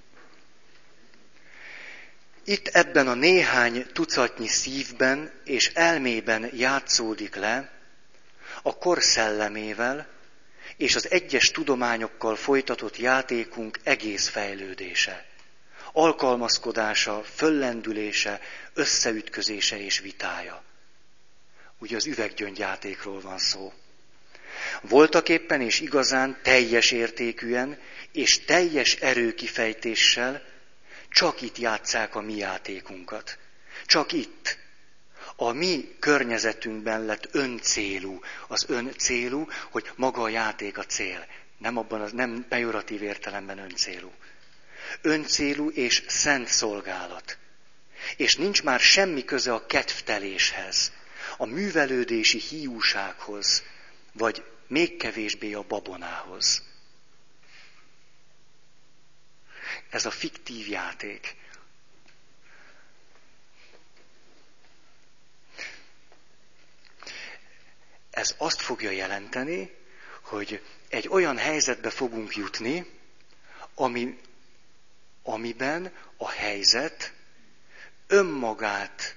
S1: Itt ebben a néhány tucatnyi szívben és elmében játszódik le a kor szellemével és az egyes tudományokkal folytatott játékunk egész fejlődése, alkalmazkodása, föllendülése, összeütközése és vitája. Ugye az üveggyöngyjátékról van szó. Voltaképpen és igazán teljes értékűen és teljes erőkifejtéssel csak itt játsszák a mi játékunkat. Csak itt. A mi környezetünkben lett öncélú. Az öncélú, hogy maga a játék a cél. Nem pejoratív értelemben öncélú. Öncélú és szent szolgálat. És nincs már semmi köze a kedvteléshez, a művelődési hiúsághoz, vagy még kevésbé a babonához. Ez a fiktív játék. Ez azt fogja jelenteni, hogy egy olyan helyzetbe fogunk jutni, amiben a helyzet önmagát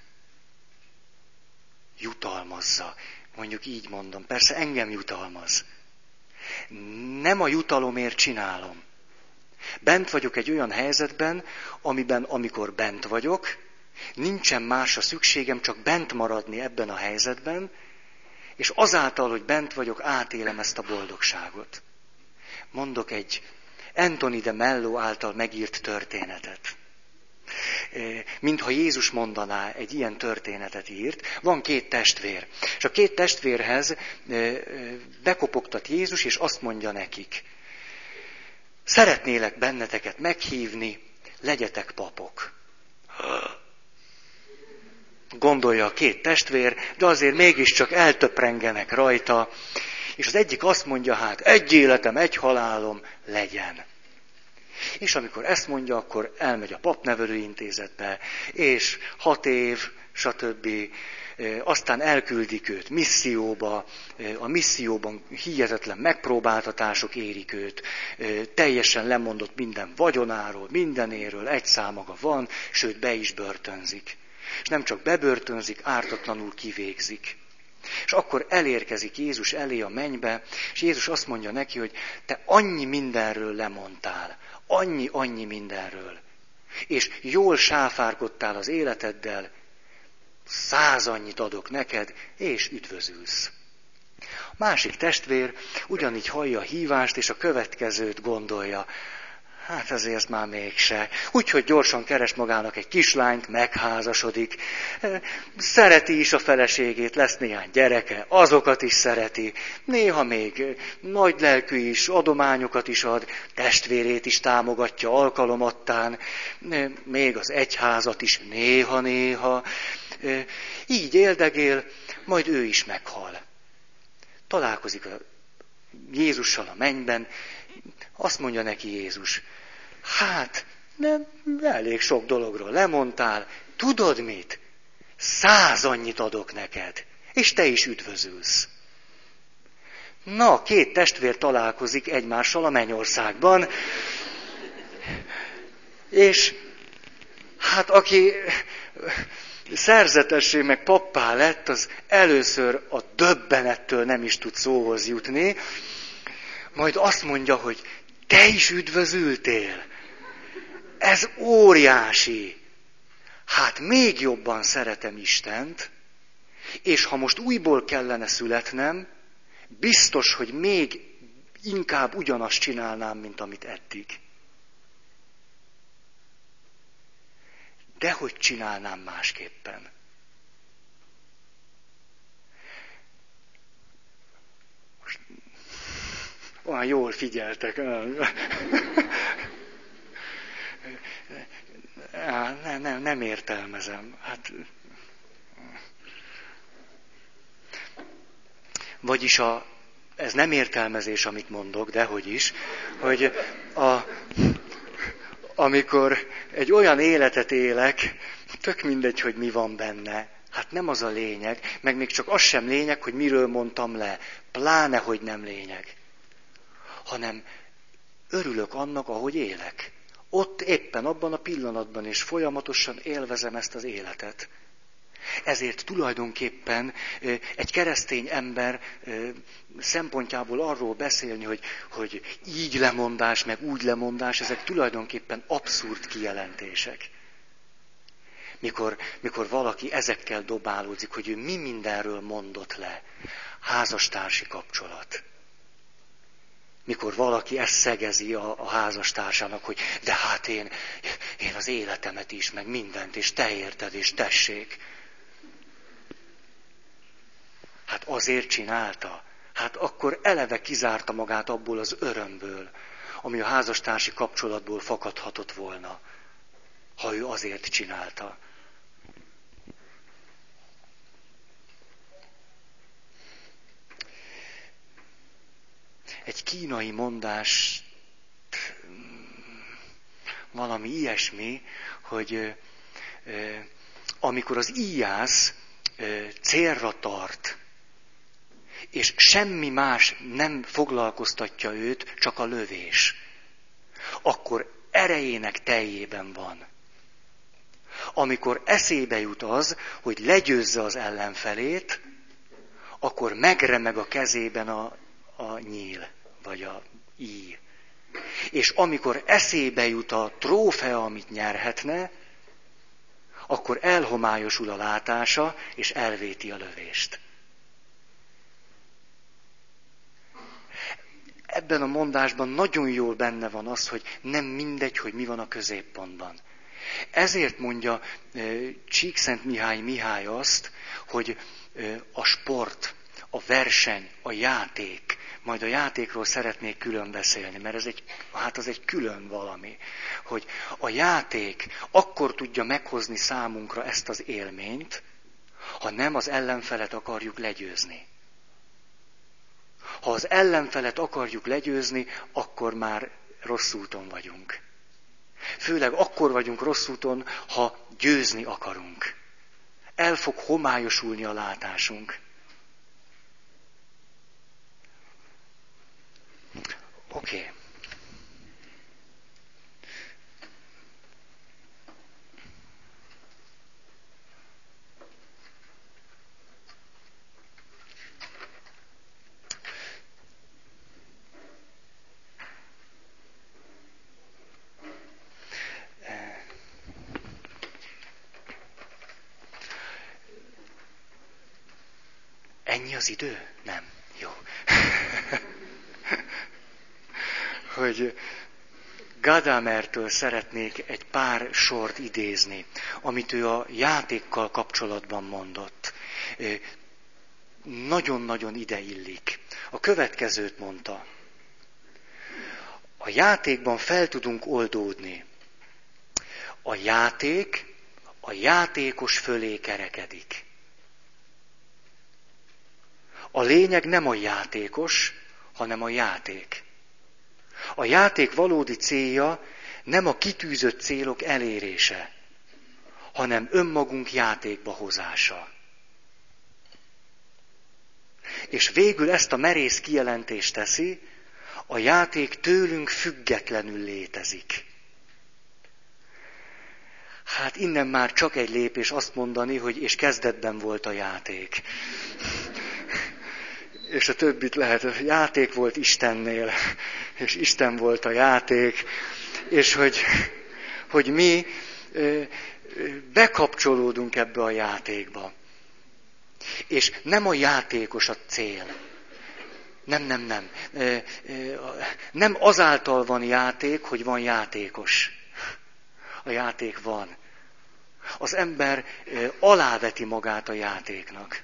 S1: jutalmazza. Mondjuk így mondom, persze engem jutalmaz. Nem a jutalomért csinálom. Bent vagyok egy olyan helyzetben, amiben amikor bent vagyok, nincsen másra szükségem, csak bent maradni ebben a helyzetben, és azáltal, hogy bent vagyok, átélem ezt a boldogságot. Mondok egy Anthony de Mello által megírt történetet. mintha Jézus mondaná, egy ilyen történetet írt. Van 2 testvér, és a 2 testvérhez bekopogtat Jézus, és azt mondja nekik, szeretnélek benneteket meghívni, legyetek papok. Gondolja a 2 testvér, de azért mégiscsak eltöprengenek rajta, és az egyik azt mondja, hát egy életem, egy halálom legyen. És amikor ezt mondja, akkor elmegy a papnevelőintézetbe, és 6 év, stb. Aztán elküldik őt misszióba, a misszióban hihetetlen megpróbáltatások érik őt, teljesen lemondott minden vagyonáról, mindenéről, egy számaga van, sőt be is börtönzik. És nem csak bebörtönzik, ártatlanul kivégzik. És akkor elérkezik Jézus elé a mennybe, és Jézus azt mondja neki, hogy te annyi mindenről lemondtál, annyi mindenről, és jól sáfárkodtál az életeddel, 100 annyit adok neked, és üdvözülsz. A másik testvér ugyanígy hallja a hívást, és a következőt gondolja. Hát azért ezt már mégse. Úgyhogy gyorsan keres magának egy kislányt, megházasodik. Szereti is a feleségét, lesz néhány gyereke, azokat is szereti. Néha még nagy lelkű is, adományokat is ad, testvérét is támogatja alkalomattán, még az egyházat is néha-néha. Így éldegél, majd ő is meghal. Találkozik a Jézussal a mennyben, azt mondja neki Jézus, hát nem elég sok dologról lemondtál, tudod mit? 100 annyit adok neked, és te is üdvözülsz. Na, 2 testvér találkozik egymással a mennyországban, és hát aki szerzetessé meg pappá lett, az először a döbbenettől nem is tud szóhoz jutni, majd azt mondja, hogy te is üdvözültél. Ez óriási. Hát még jobban szeretem Istent, és ha most újból kellene születnem, biztos, hogy még inkább ugyanazt csinálnám, mint amit eddig. Dehogy csinálnám másképpen. Most olyan jól figyeltek. Nem értelmezem. Hát, vagyis ez nem értelmezés, amit mondok, dehogy is, hogy amikor egy olyan életet élek, tök mindegy, hogy mi van benne. Hát nem az a lényeg, meg még csak az sem lényeg, hogy miről mondtam le. Pláne, hogy nem lényeg. Hanem örülök annak, ahogy élek. Ott éppen abban a pillanatban is folyamatosan élvezem ezt az életet. Ezért tulajdonképpen egy keresztény ember szempontjából arról beszélni, hogy így lemondás, meg úgy lemondás, ezek tulajdonképpen abszurd kijelentések. Mikor valaki ezekkel dobálódzik, hogy ő mi mindenről mondott le. Házastársi kapcsolat. Mikor valaki ezt szegezi a házastársának, hogy de hát én az életemet is, meg mindent, és te érted, és tessék. Hát azért csinálta. Hát akkor eleve kizárta magát abból az örömből, ami a házastársi kapcsolatból fakadhatott volna, ha ő azért csinálta. Egy kínai mondás, valami ilyesmi, hogy amikor az íjász célra tart, és semmi más nem foglalkoztatja őt, csak a lövés, akkor erejének teljében van. Amikor eszébe jut az, hogy legyőzze az ellenfelét, akkor megremeg a kezében a nyíl, vagy a íj. És amikor eszébe jut a trófea, amit nyerhetne, akkor elhomályosul a látása, és elvéti a lövést. Ebben a mondásban nagyon jól benne van az, hogy nem mindegy, hogy mi van a középpontban. Ezért mondja Csíkszentmihalyi Mihály azt, hogy a sport, a verseny, a játék, majd a játékról szeretnék külön beszélni, mert az egy külön valami, hogy a játék akkor tudja meghozni számunkra ezt az élményt, ha nem az ellenfelet akarjuk legyőzni. Ha az ellenfelet akarjuk legyőzni, akkor már rossz úton vagyunk. Főleg akkor vagyunk rossz úton, ha győzni akarunk. El fog homályosulni a látásunk. Oké. Ennyi az idő? Nem. Jó. Hogy Gadamertől szeretnék egy pár sort idézni, amit ő a játékkal kapcsolatban mondott. Nagyon-nagyon ideillik. A következőt mondta. A játékban fel tudunk oldódni. A játék a játékos fölé kerekedik. A lényeg nem a játékos, hanem a játék. A játék valódi célja nem a kitűzött célok elérése, hanem önmagunk játékba hozása. És végül ezt a merész kijelentést teszi, a játék tőlünk függetlenül létezik. Hát innen már csak egy lépés azt mondani, hogy és kezdetben volt a játék. És a többit lehet, a játék volt Istennél, és Isten volt a játék, és hogy mi bekapcsolódunk ebbe a játékba. És nem a játékos a cél. Nem. Nem azáltal van játék, hogy van játékos. A játék van. Az ember aláveti magát a játéknak.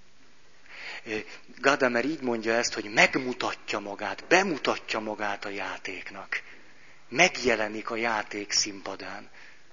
S1: Gadamer így mondja ezt, hogy megmutatja magát, bemutatja magát a játéknak. Megjelenik a játék színpadán.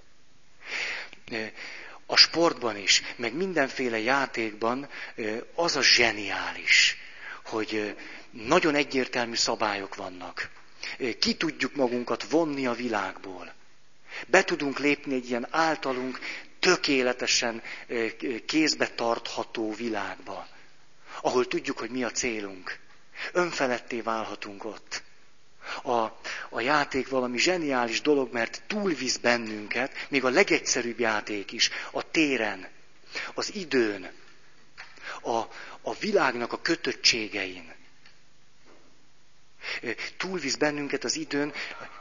S1: A sportban is, meg mindenféle játékban az a zseniális, hogy nagyon egyértelmű szabályok vannak. Ki tudjuk magunkat vonni a világból. Be tudunk lépni egy ilyen általunk tökéletesen kézbe tartható világba, ahol tudjuk, hogy mi a célunk. Önfeledté válhatunk ott. A játék valami zseniális dolog, mert túlvisz bennünket, még a legegyszerűbb játék is, a téren, az időn, a világnak a kötöttségein. Túlvisz bennünket az időn.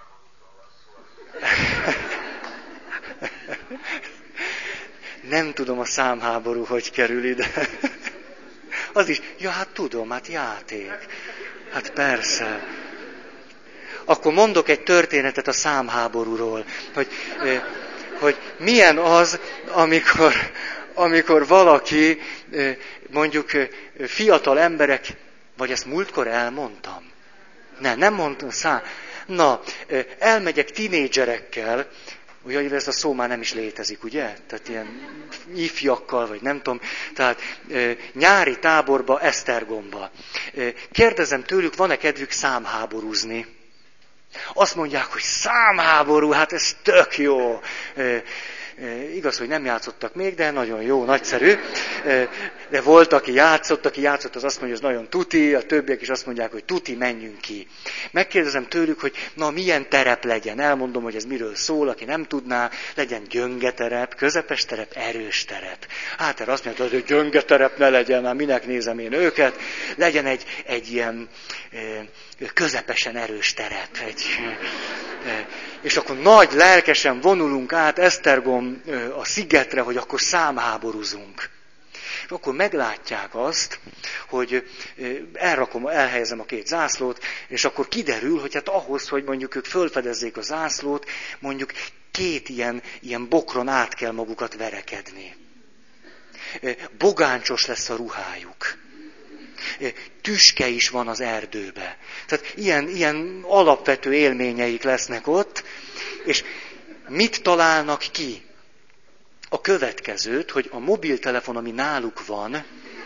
S1: Nem tudom, a számháború hogy kerül ide. Az is, ja, hát tudom, hát játék. Hát persze. Akkor mondok egy történetet a számháborúról, hogy milyen az, amikor valaki, mondjuk fiatal emberek, vagy ezt múltkor elmondtam? Nem mondtam, elmegyek tinédzserekkel, ugye ez a szó már nem is létezik, ugye? Tehát ilyen ifjakkal, vagy nem tudom, tehát nyári táborba, Esztergomba. Kérdezem tőlük, van-e kedvük számháborúzni? Azt mondják, hogy számháború, hát ez tök jó. Igaz, hogy nem játszottak még, de nagyon jó, nagyszerű. De volt, aki játszott, az azt mondja, hogy ez nagyon tuti, a többiek is azt mondják, hogy tuti, menjünk ki. Megkérdezem tőlük, hogy milyen terep legyen. Elmondom, hogy ez miről szól, aki nem tudná, legyen gyöngeterep, közepes terep, erős terep. Hát erre azt mondja, hogy gyöngeterep ne legyen, már minek nézem én őket. Legyen egy ilyen közepesen erős terep. És akkor nagy lelkesen vonulunk át Esztergom a szigetre, hogy akkor számháborúzunk. És akkor meglátják azt, hogy elhelyezem a két zászlót, és akkor kiderül, hogy hát ahhoz, hogy mondjuk ők fölfedezzék a zászlót, mondjuk 2 ilyen bokron át kell magukat verekedni. Bogáncsos lesz a ruhájuk. Tüske is van az erdőbe. Tehát ilyen alapvető élményeik lesznek ott, és mit találnak ki? A következőt, hogy a mobiltelefon, ami náluk van,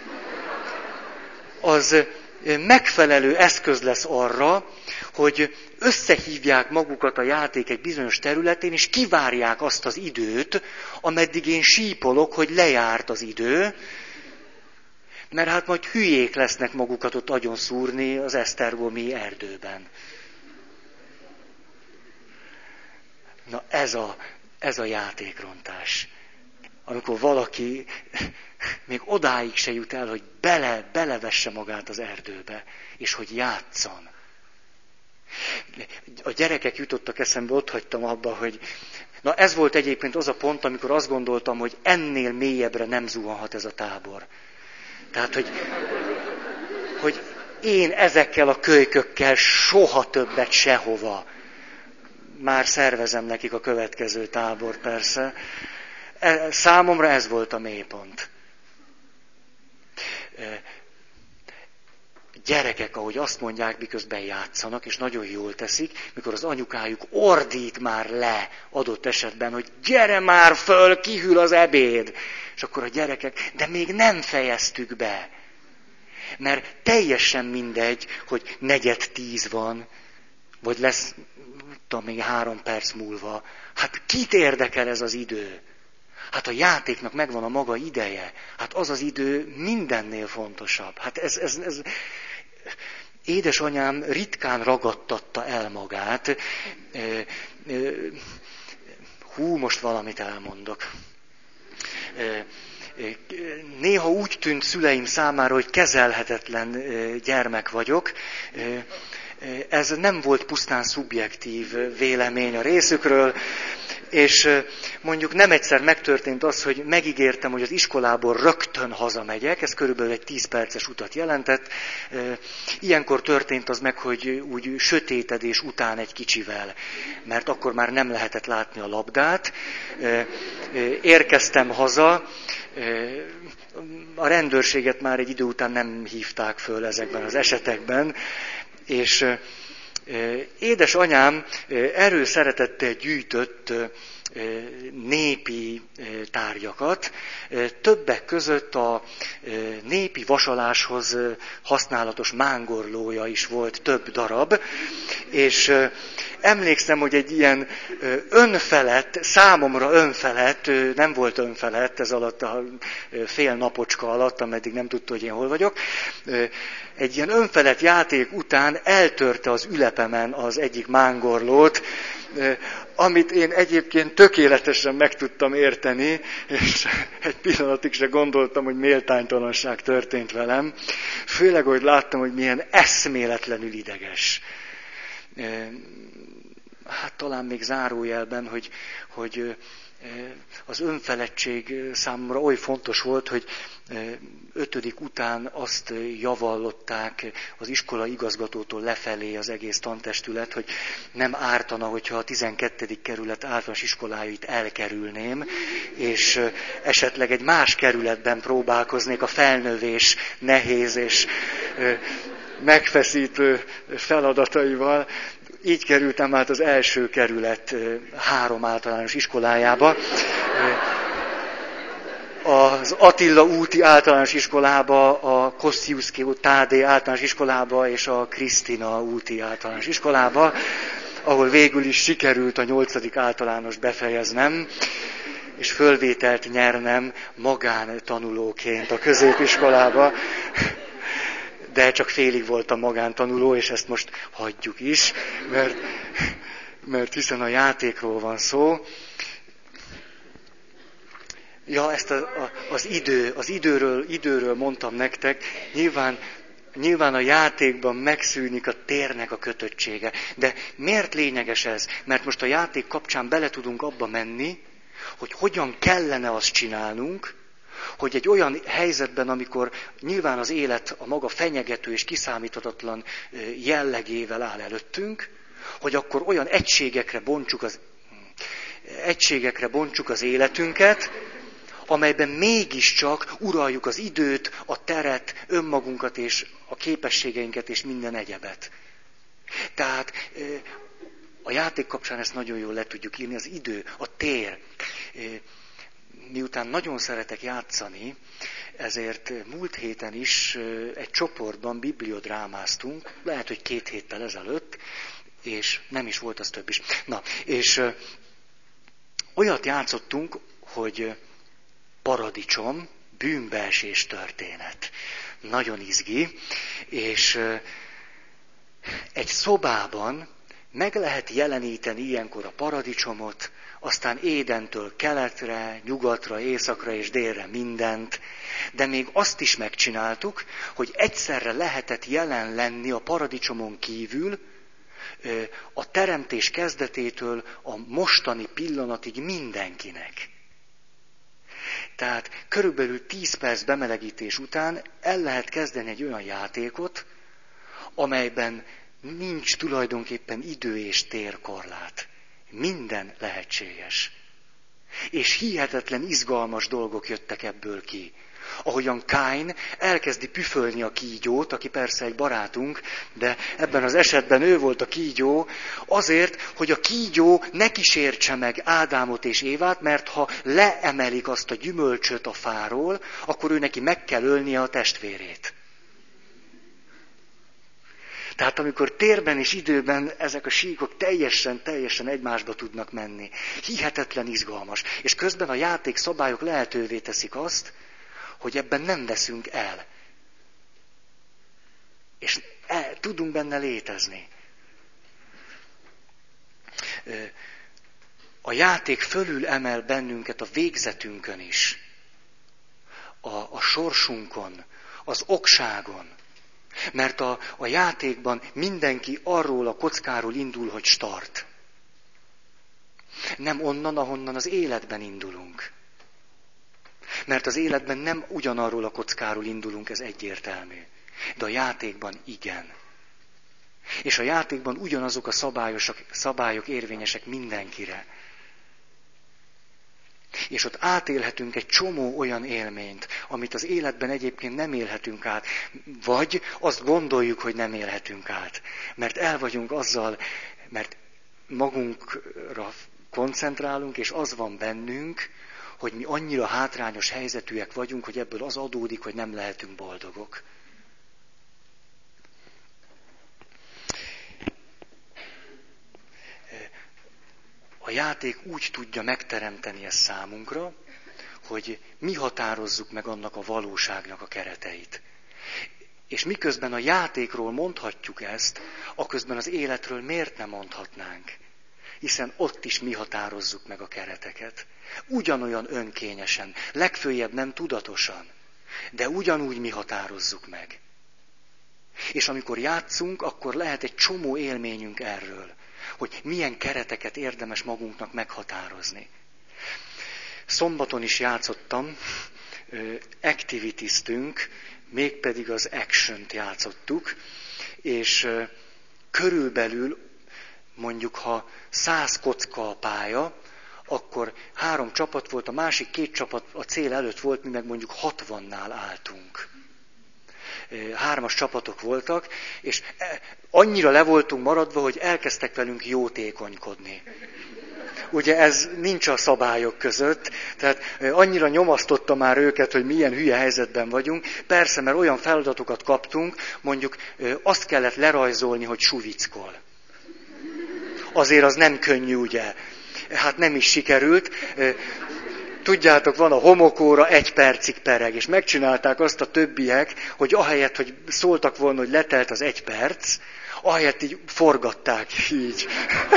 S1: az megfelelő eszköz lesz arra, hogy összehívják magukat a játék egy bizonyos területén, és kivárják azt az időt, ameddig én sípolok, hogy lejárt az idő, mert hát majd hülyék lesznek magukat ott agyon szúrni az esztergomi erdőben. Na ez a játékrontás. Amikor valaki még odáig se jut el, hogy belevesse magát az erdőbe, és hogy játsszon. A gyerekek jutottak eszembe, ott hagytam abba, hogy na ez volt egyébként az a pont, amikor azt gondoltam, hogy ennél mélyebbre nem zuhanhat ez a tábor. Tehát, hogy én ezekkel a kölykökkel soha többet sehova. Már szervezem nekik a következő tábor, persze. Számomra ez volt a mélypont. Gyerekek, ahogy azt mondják, miközben játszanak, és nagyon jól teszik, mikor az anyukájuk ordít már le adott esetben, hogy gyere már föl, kihűl az ebéd. És akkor a gyerekek, de még nem fejeztük be. Mert teljesen mindegy, hogy 9:45 van, vagy lesz, tudom, még 3 perc múlva. Hát kit érdekel ez az idő? Hát a játéknak megvan a maga ideje. Hát az idő mindennél fontosabb. Hát ez édesanyám ritkán ragadtatta el magát. Most valamit elmondok. Néha úgy tűnt szüleim számára, hogy kezelhetetlen gyermek vagyok. Ez nem volt pusztán szubjektív vélemény a részükről, és mondjuk nem egyszer megtörtént az, hogy megígértem, hogy az iskolából rögtön hazamegyek, ez körülbelül egy 10 perces utat jelentett. Ilyenkor történt az meg, hogy úgy sötétedés után egy kicsivel, mert akkor már nem lehetett látni a labdát. Érkeztem haza, a rendőrséget már egy idő után nem hívták föl ezekben az esetekben, és édesanyám erőszeretettel gyűjtött népi tárgyakat, többek között a népi vasaláshoz használatos mángorlója is volt több darab, és emlékszem, hogy egy ilyen önfelett, számomra önfelett, nem volt önfelett ez alatt a fél napocska alatt, ameddig nem tudta, hogy én hol vagyok, egy ilyen önfelett játék után eltörte az ülepemen az egyik mángorlót, amit én egyébként tökéletesen meg tudtam érteni, és egy pillanatig se gondoltam, hogy méltánytalanság történt velem. Főleg, hogy láttam, hogy milyen eszméletlenül ideges. Hát talán még zárójelben, hogy az önfeledtség számomra oly fontos volt, hogy 5. után azt javallották az iskola igazgatótól lefelé az egész tantestület, hogy nem ártana, hogyha a 12. kerület általános iskoláit elkerülném, és esetleg egy más kerületben próbálkoznék a felnövés nehéz és megfeszítő feladataival. Így kerültem át az első kerület 3 általános iskolájába. Az Attila úti általános iskolába, a Kosciuszki Tádé általános iskolába és a Krisztina úti általános iskolába, ahol végül is sikerült a 8. általános befejeznem, és fölvételt nyernem magántanulóként a középiskolába. De csak félig voltam magántanuló, és ezt most hagyjuk is, mert hiszen a játékról van szó. Ja, ezt az időről mondtam nektek, nyilván a játékban megszűnik a térnek a kötöttsége. De miért lényeges ez? Mert most a játék kapcsán bele tudunk abba menni, hogy hogyan kellene azt csinálnunk, Hogy egy olyan helyzetben, amikor nyilván az élet a maga fenyegető és kiszámíthatatlan jellegével áll előttünk, hogy akkor olyan egységekre bontsuk az életünket, amelyben mégiscsak uraljuk az időt, a teret, önmagunkat és a képességeinket és minden egyebet. Tehát a játék kapcsán ezt nagyon jól le tudjuk írni, az idő, a tér. Miután nagyon szeretek játszani, ezért múlt héten is egy csoportban bibliodrámáztunk, lehet, hogy 2 héttel ezelőtt, és nem is volt, az több is. Na, és olyat játszottunk, hogy paradicsom, bűnbeesés történet. Nagyon izgi, és egy szobában meg lehet jeleníteni ilyenkor a paradicsomot, aztán Édentől keletre, nyugatra, északra és délre mindent, de még azt is megcsináltuk, hogy egyszerre lehetett jelen lenni a paradicsomon kívül, a teremtés kezdetétől a mostani pillanatig mindenkinek. Tehát körülbelül 10 perc bemelegítés után el lehet kezdeni egy olyan játékot, amelyben nincs tulajdonképpen idő és térkorlát. Minden lehetséges. És hihetetlen izgalmas dolgok jöttek ebből ki. Ahogyan Káin elkezdi püfölni a kígyót, aki persze egy barátunk, de ebben az esetben ő volt a kígyó, azért, hogy a kígyó ne kísértse meg Ádámot és Évát, mert ha leemelik azt a gyümölcsöt a fáról, akkor ő neki meg kell ölnie a testvérét. Tehát amikor térben és időben ezek a síkok teljesen egymásba tudnak menni. Hihetetlen izgalmas. És közben a játék szabályok lehetővé teszik azt, hogy ebben nem veszünk el. És tudunk benne létezni. A játék fölül emel bennünket a végzetünkön is. A sorsunkon, az okságon. Mert a játékban mindenki arról a kockáról indul, hogy start. Nem onnan, ahonnan az életben indulunk. Mert az életben nem ugyanarról a kockáról indulunk, ez egyértelmű. De a játékban igen. És a játékban ugyanazok a szabályok érvényesek mindenkire. És ott átélhetünk egy csomó olyan élményt, amit az életben egyébként nem élhetünk át, vagy azt gondoljuk, hogy nem élhetünk át. Mert el vagyunk azzal, mert magunkra koncentrálunk, és az van bennünk, hogy mi annyira hátrányos helyzetűek vagyunk, hogy ebből az adódik, hogy nem lehetünk boldogok. A játék úgy tudja megteremteni ezt számunkra, hogy mi határozzuk meg annak a valóságnak a kereteit. És miközben a játékról mondhatjuk ezt, aközben az életről miért nem mondhatnánk? Hiszen ott is mi határozzuk meg a kereteket. Ugyanolyan önkényesen, legföljebb nem tudatosan, de ugyanúgy mi határozzuk meg. És amikor játszunk, akkor lehet egy csomó élményünk erről, hogy milyen kereteket érdemes magunknak meghatározni. Szombaton is játszottam, activitiztünk, mégpedig az action-t játszottuk, és körülbelül mondjuk, ha 100 kocka a pálya, akkor 3 csapat volt, a másik 2 csapat a cél előtt volt, mi meg mondjuk 60-nál álltunk. 3-as csapatok voltak, és annyira le voltunk maradva, hogy elkezdtek velünk jótékonykodni. Ugye ez nincs a szabályok között, tehát annyira nyomasztotta már őket, hogy milyen hülye helyzetben vagyunk. Persze, mert olyan feladatokat kaptunk, mondjuk azt kellett lerajzolni, hogy suvickol. Azért az nem könnyű, ugye? Hát nem is sikerült. Tudjátok, van a homokóra 1 percig pereg, és megcsinálták azt a többiek, hogy ahelyett, hogy szóltak volna, hogy letelt az 1 perc, ahelyett így forgatták így.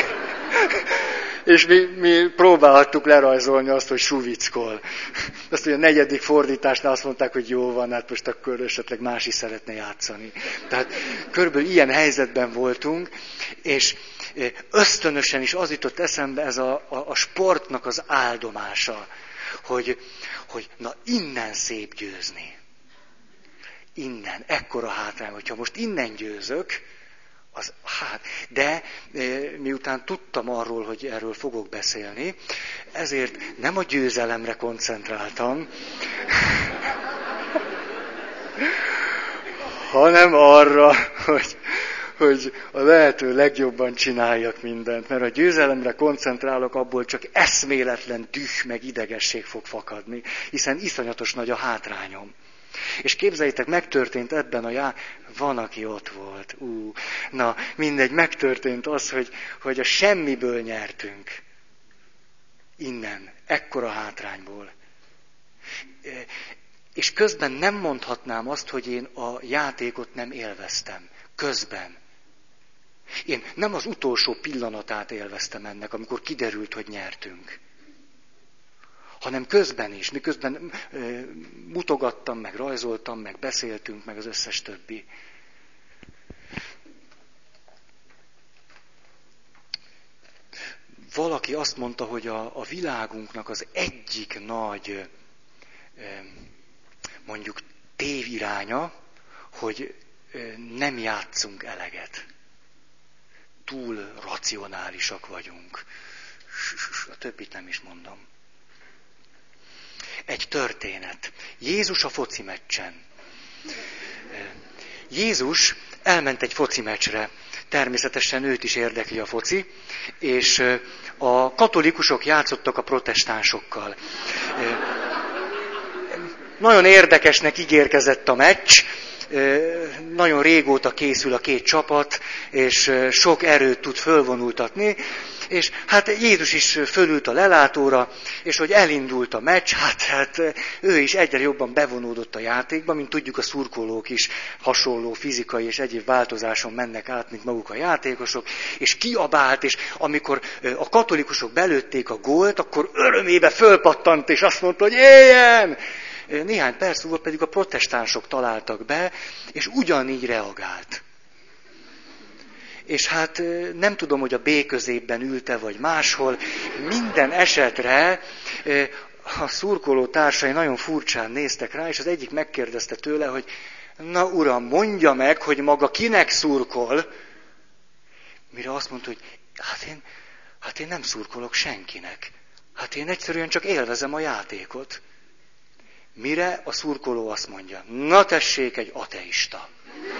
S1: És mi próbálhattuk lerajzolni azt, hogy suvickol. Azt, hogy a 4. fordításnál azt mondták, hogy jó van, hát most akkor esetleg más is szeretne játszani. Tehát körülbelül ilyen helyzetben voltunk, és ösztönösen is az jutott eszembe ez a sportnak az áldomása. hogy na innen szép győzni. Innen, ekkora hátrány, hogyha most innen győzök, de miután tudtam arról, hogy erről fogok beszélni, ezért nem a győzelemre koncentráltam, hanem arra, hogy a lehető legjobban csináljak mindent. Mert a győzelemre koncentrálok, abból csak eszméletlen düh meg idegesség fog fakadni, hiszen iszonyatos nagy a hátrányom. És képzeljétek, megtörtént ebben van, aki ott volt. Na, mindegy, megtörtént az, hogy a semmiből nyertünk. Innen, ekkora hátrányból. És közben nem mondhatnám azt, hogy én a játékot nem élveztem. Közben. Én nem az utolsó pillanatát élveztem ennek, amikor kiderült, hogy nyertünk. Hanem közben is, miközben mutogattam, meg rajzoltam, meg beszéltünk, meg az összes többi. Valaki azt mondta, hogy a világunknak az egyik nagy, mondjuk téviránya, hogy nem játszunk eleget. Túl racionálisak vagyunk. A többit nem is mondom. Egy történet. Jézus a foci meccsen. Jézus elment egy foci meccsre. Természetesen őt is érdekli a foci, és a katolikusok játszottak a protestánsokkal. Nagyon érdekesnek ígérkezett a meccs, nagyon régóta készül a két csapat, és sok erőt tud fölvonultatni, és hát Jézus is fölült a lelátóra, és hogy elindult a meccs, hát ő is egyre jobban bevonódott a játékba, mint tudjuk, a szurkolók is hasonló fizikai és egyéb változáson mennek át, mint maguk a játékosok, és kiabált, és amikor a katolikusok belőtték a gólt, akkor örömébe fölpattant, és azt mondta, hogy éljen! Néhány perc múlva pedig a protestánsok találtak be, és ugyanígy reagált. És hát nem tudom, hogy a B középben ült-e, vagy máshol. Minden esetre a szurkoló társai nagyon furcsán néztek rá, és az egyik megkérdezte tőle, hogy na uram, mondja meg, hogy maga kinek szurkol. Mire azt mondta, hogy hát én nem szurkolok senkinek. Hát én egyszerűen csak élvezem a játékot. Mire a szurkoló azt mondja, na tessék, egy ateista.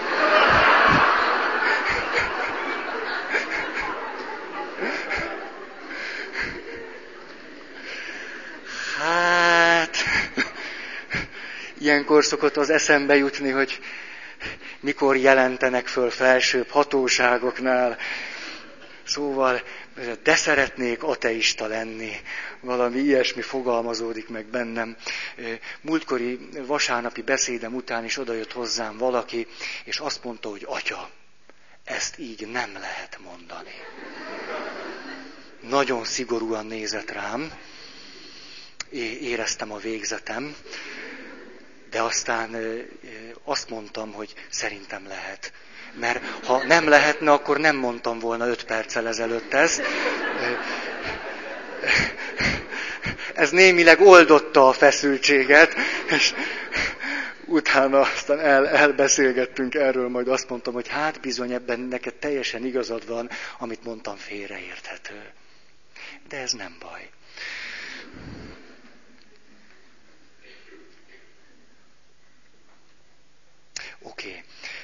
S1: Hát, ilyenkor szokott az eszembe jutni, hogy mikor jelentenek föl felsőbb hatóságoknál. Szóval, de szeretnék ateista lenni. Valami ilyesmi fogalmazódik meg bennem. Múltkori vasárnapi beszédem után is odajött hozzám valaki, és azt mondta, hogy atya, ezt így nem lehet mondani. Nagyon szigorúan nézett rám, éreztem a végzetem, de aztán azt mondtam, hogy szerintem lehet. Mert ha nem lehetne, akkor nem mondtam volna 5 perccel ezelőtt ezt. Ez némileg oldotta a feszültséget, és utána aztán elbeszélgettünk erről, majd azt mondtam, hogy hát bizony ebben neked teljesen igazad van, amit mondtam félreérthető. De ez nem baj. Oké.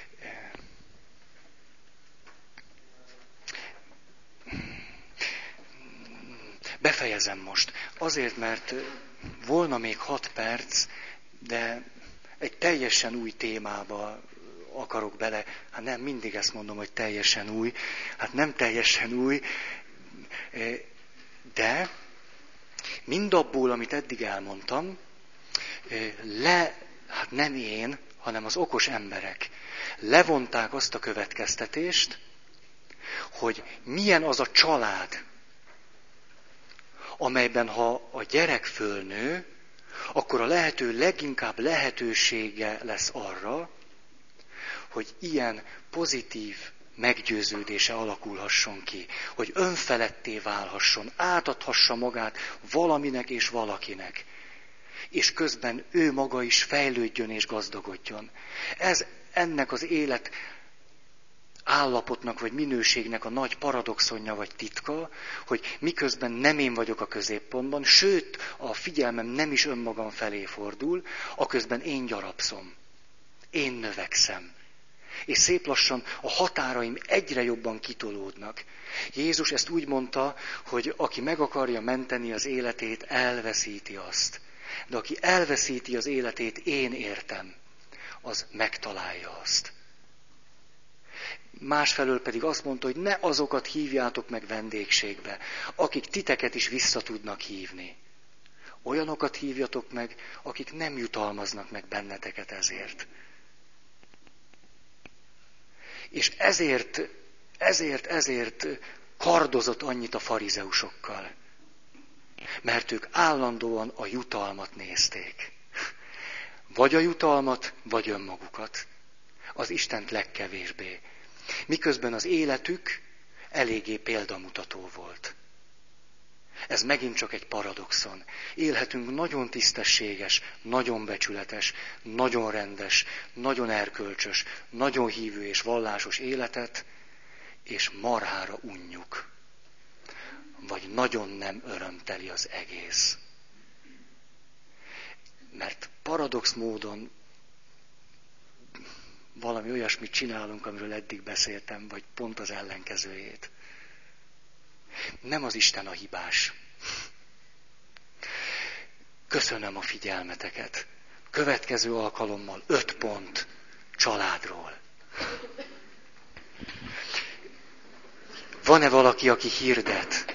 S1: Befejezem most. Azért, mert volna még 6 perc, de egy teljesen új témába akarok bele. Hát nem, mindig ezt mondom, hogy teljesen új. Hát nem teljesen új, de mindabból, amit eddig elmondtam, hát nem én, hanem az okos emberek levonták azt a következtetést, hogy milyen az a család, amelyben ha a gyerek fölnő, akkor a lehető leginkább lehetősége lesz arra, hogy ilyen pozitív meggyőződése alakulhasson ki, hogy önfeledté válhasson, átadhassa magát valaminek és valakinek. és közben ő maga is fejlődjön és gazdagodjon. Ez ennek az élet állapotnak vagy minőségnek a nagy paradoxonja vagy titka, hogy miközben nem én vagyok a középpontban, sőt, a figyelmem nem is önmagam felé fordul, aközben én gyarapszom, én növekszem. És szép lassan a határaim egyre jobban kitolódnak. Jézus ezt úgy mondta, hogy aki meg akarja menteni az életét, elveszíti azt. De aki elveszíti az életét, én értem, az megtalálja azt. Másfelől pedig azt mondta, hogy ne azokat hívjátok meg vendégségbe, akik titeket is vissza tudnak hívni. Olyanokat hívjatok meg, akik nem jutalmaznak meg benneteket ezért. És ezért kardozott annyit a farizeusokkal. Mert ők állandóan a jutalmat nézték. Vagy a jutalmat, vagy önmagukat. Az Istent legkevésbé. Miközben az életük eléggé példamutató volt. Ez megint csak egy paradoxon. Élhetünk nagyon tisztességes, nagyon becsületes, nagyon rendes, nagyon erkölcsös, nagyon hívő és vallásos életet, és marhára unjuk. Vagy nagyon nem örömteli az egész. Mert paradox módon valami olyasmit csinálunk, amiről eddig beszéltem, vagy pont az ellenkezőjét. Nem az Isten a hibás. Köszönöm a figyelmeteket. Következő alkalommal 5 pont családról. Van-e valaki, aki hirdet?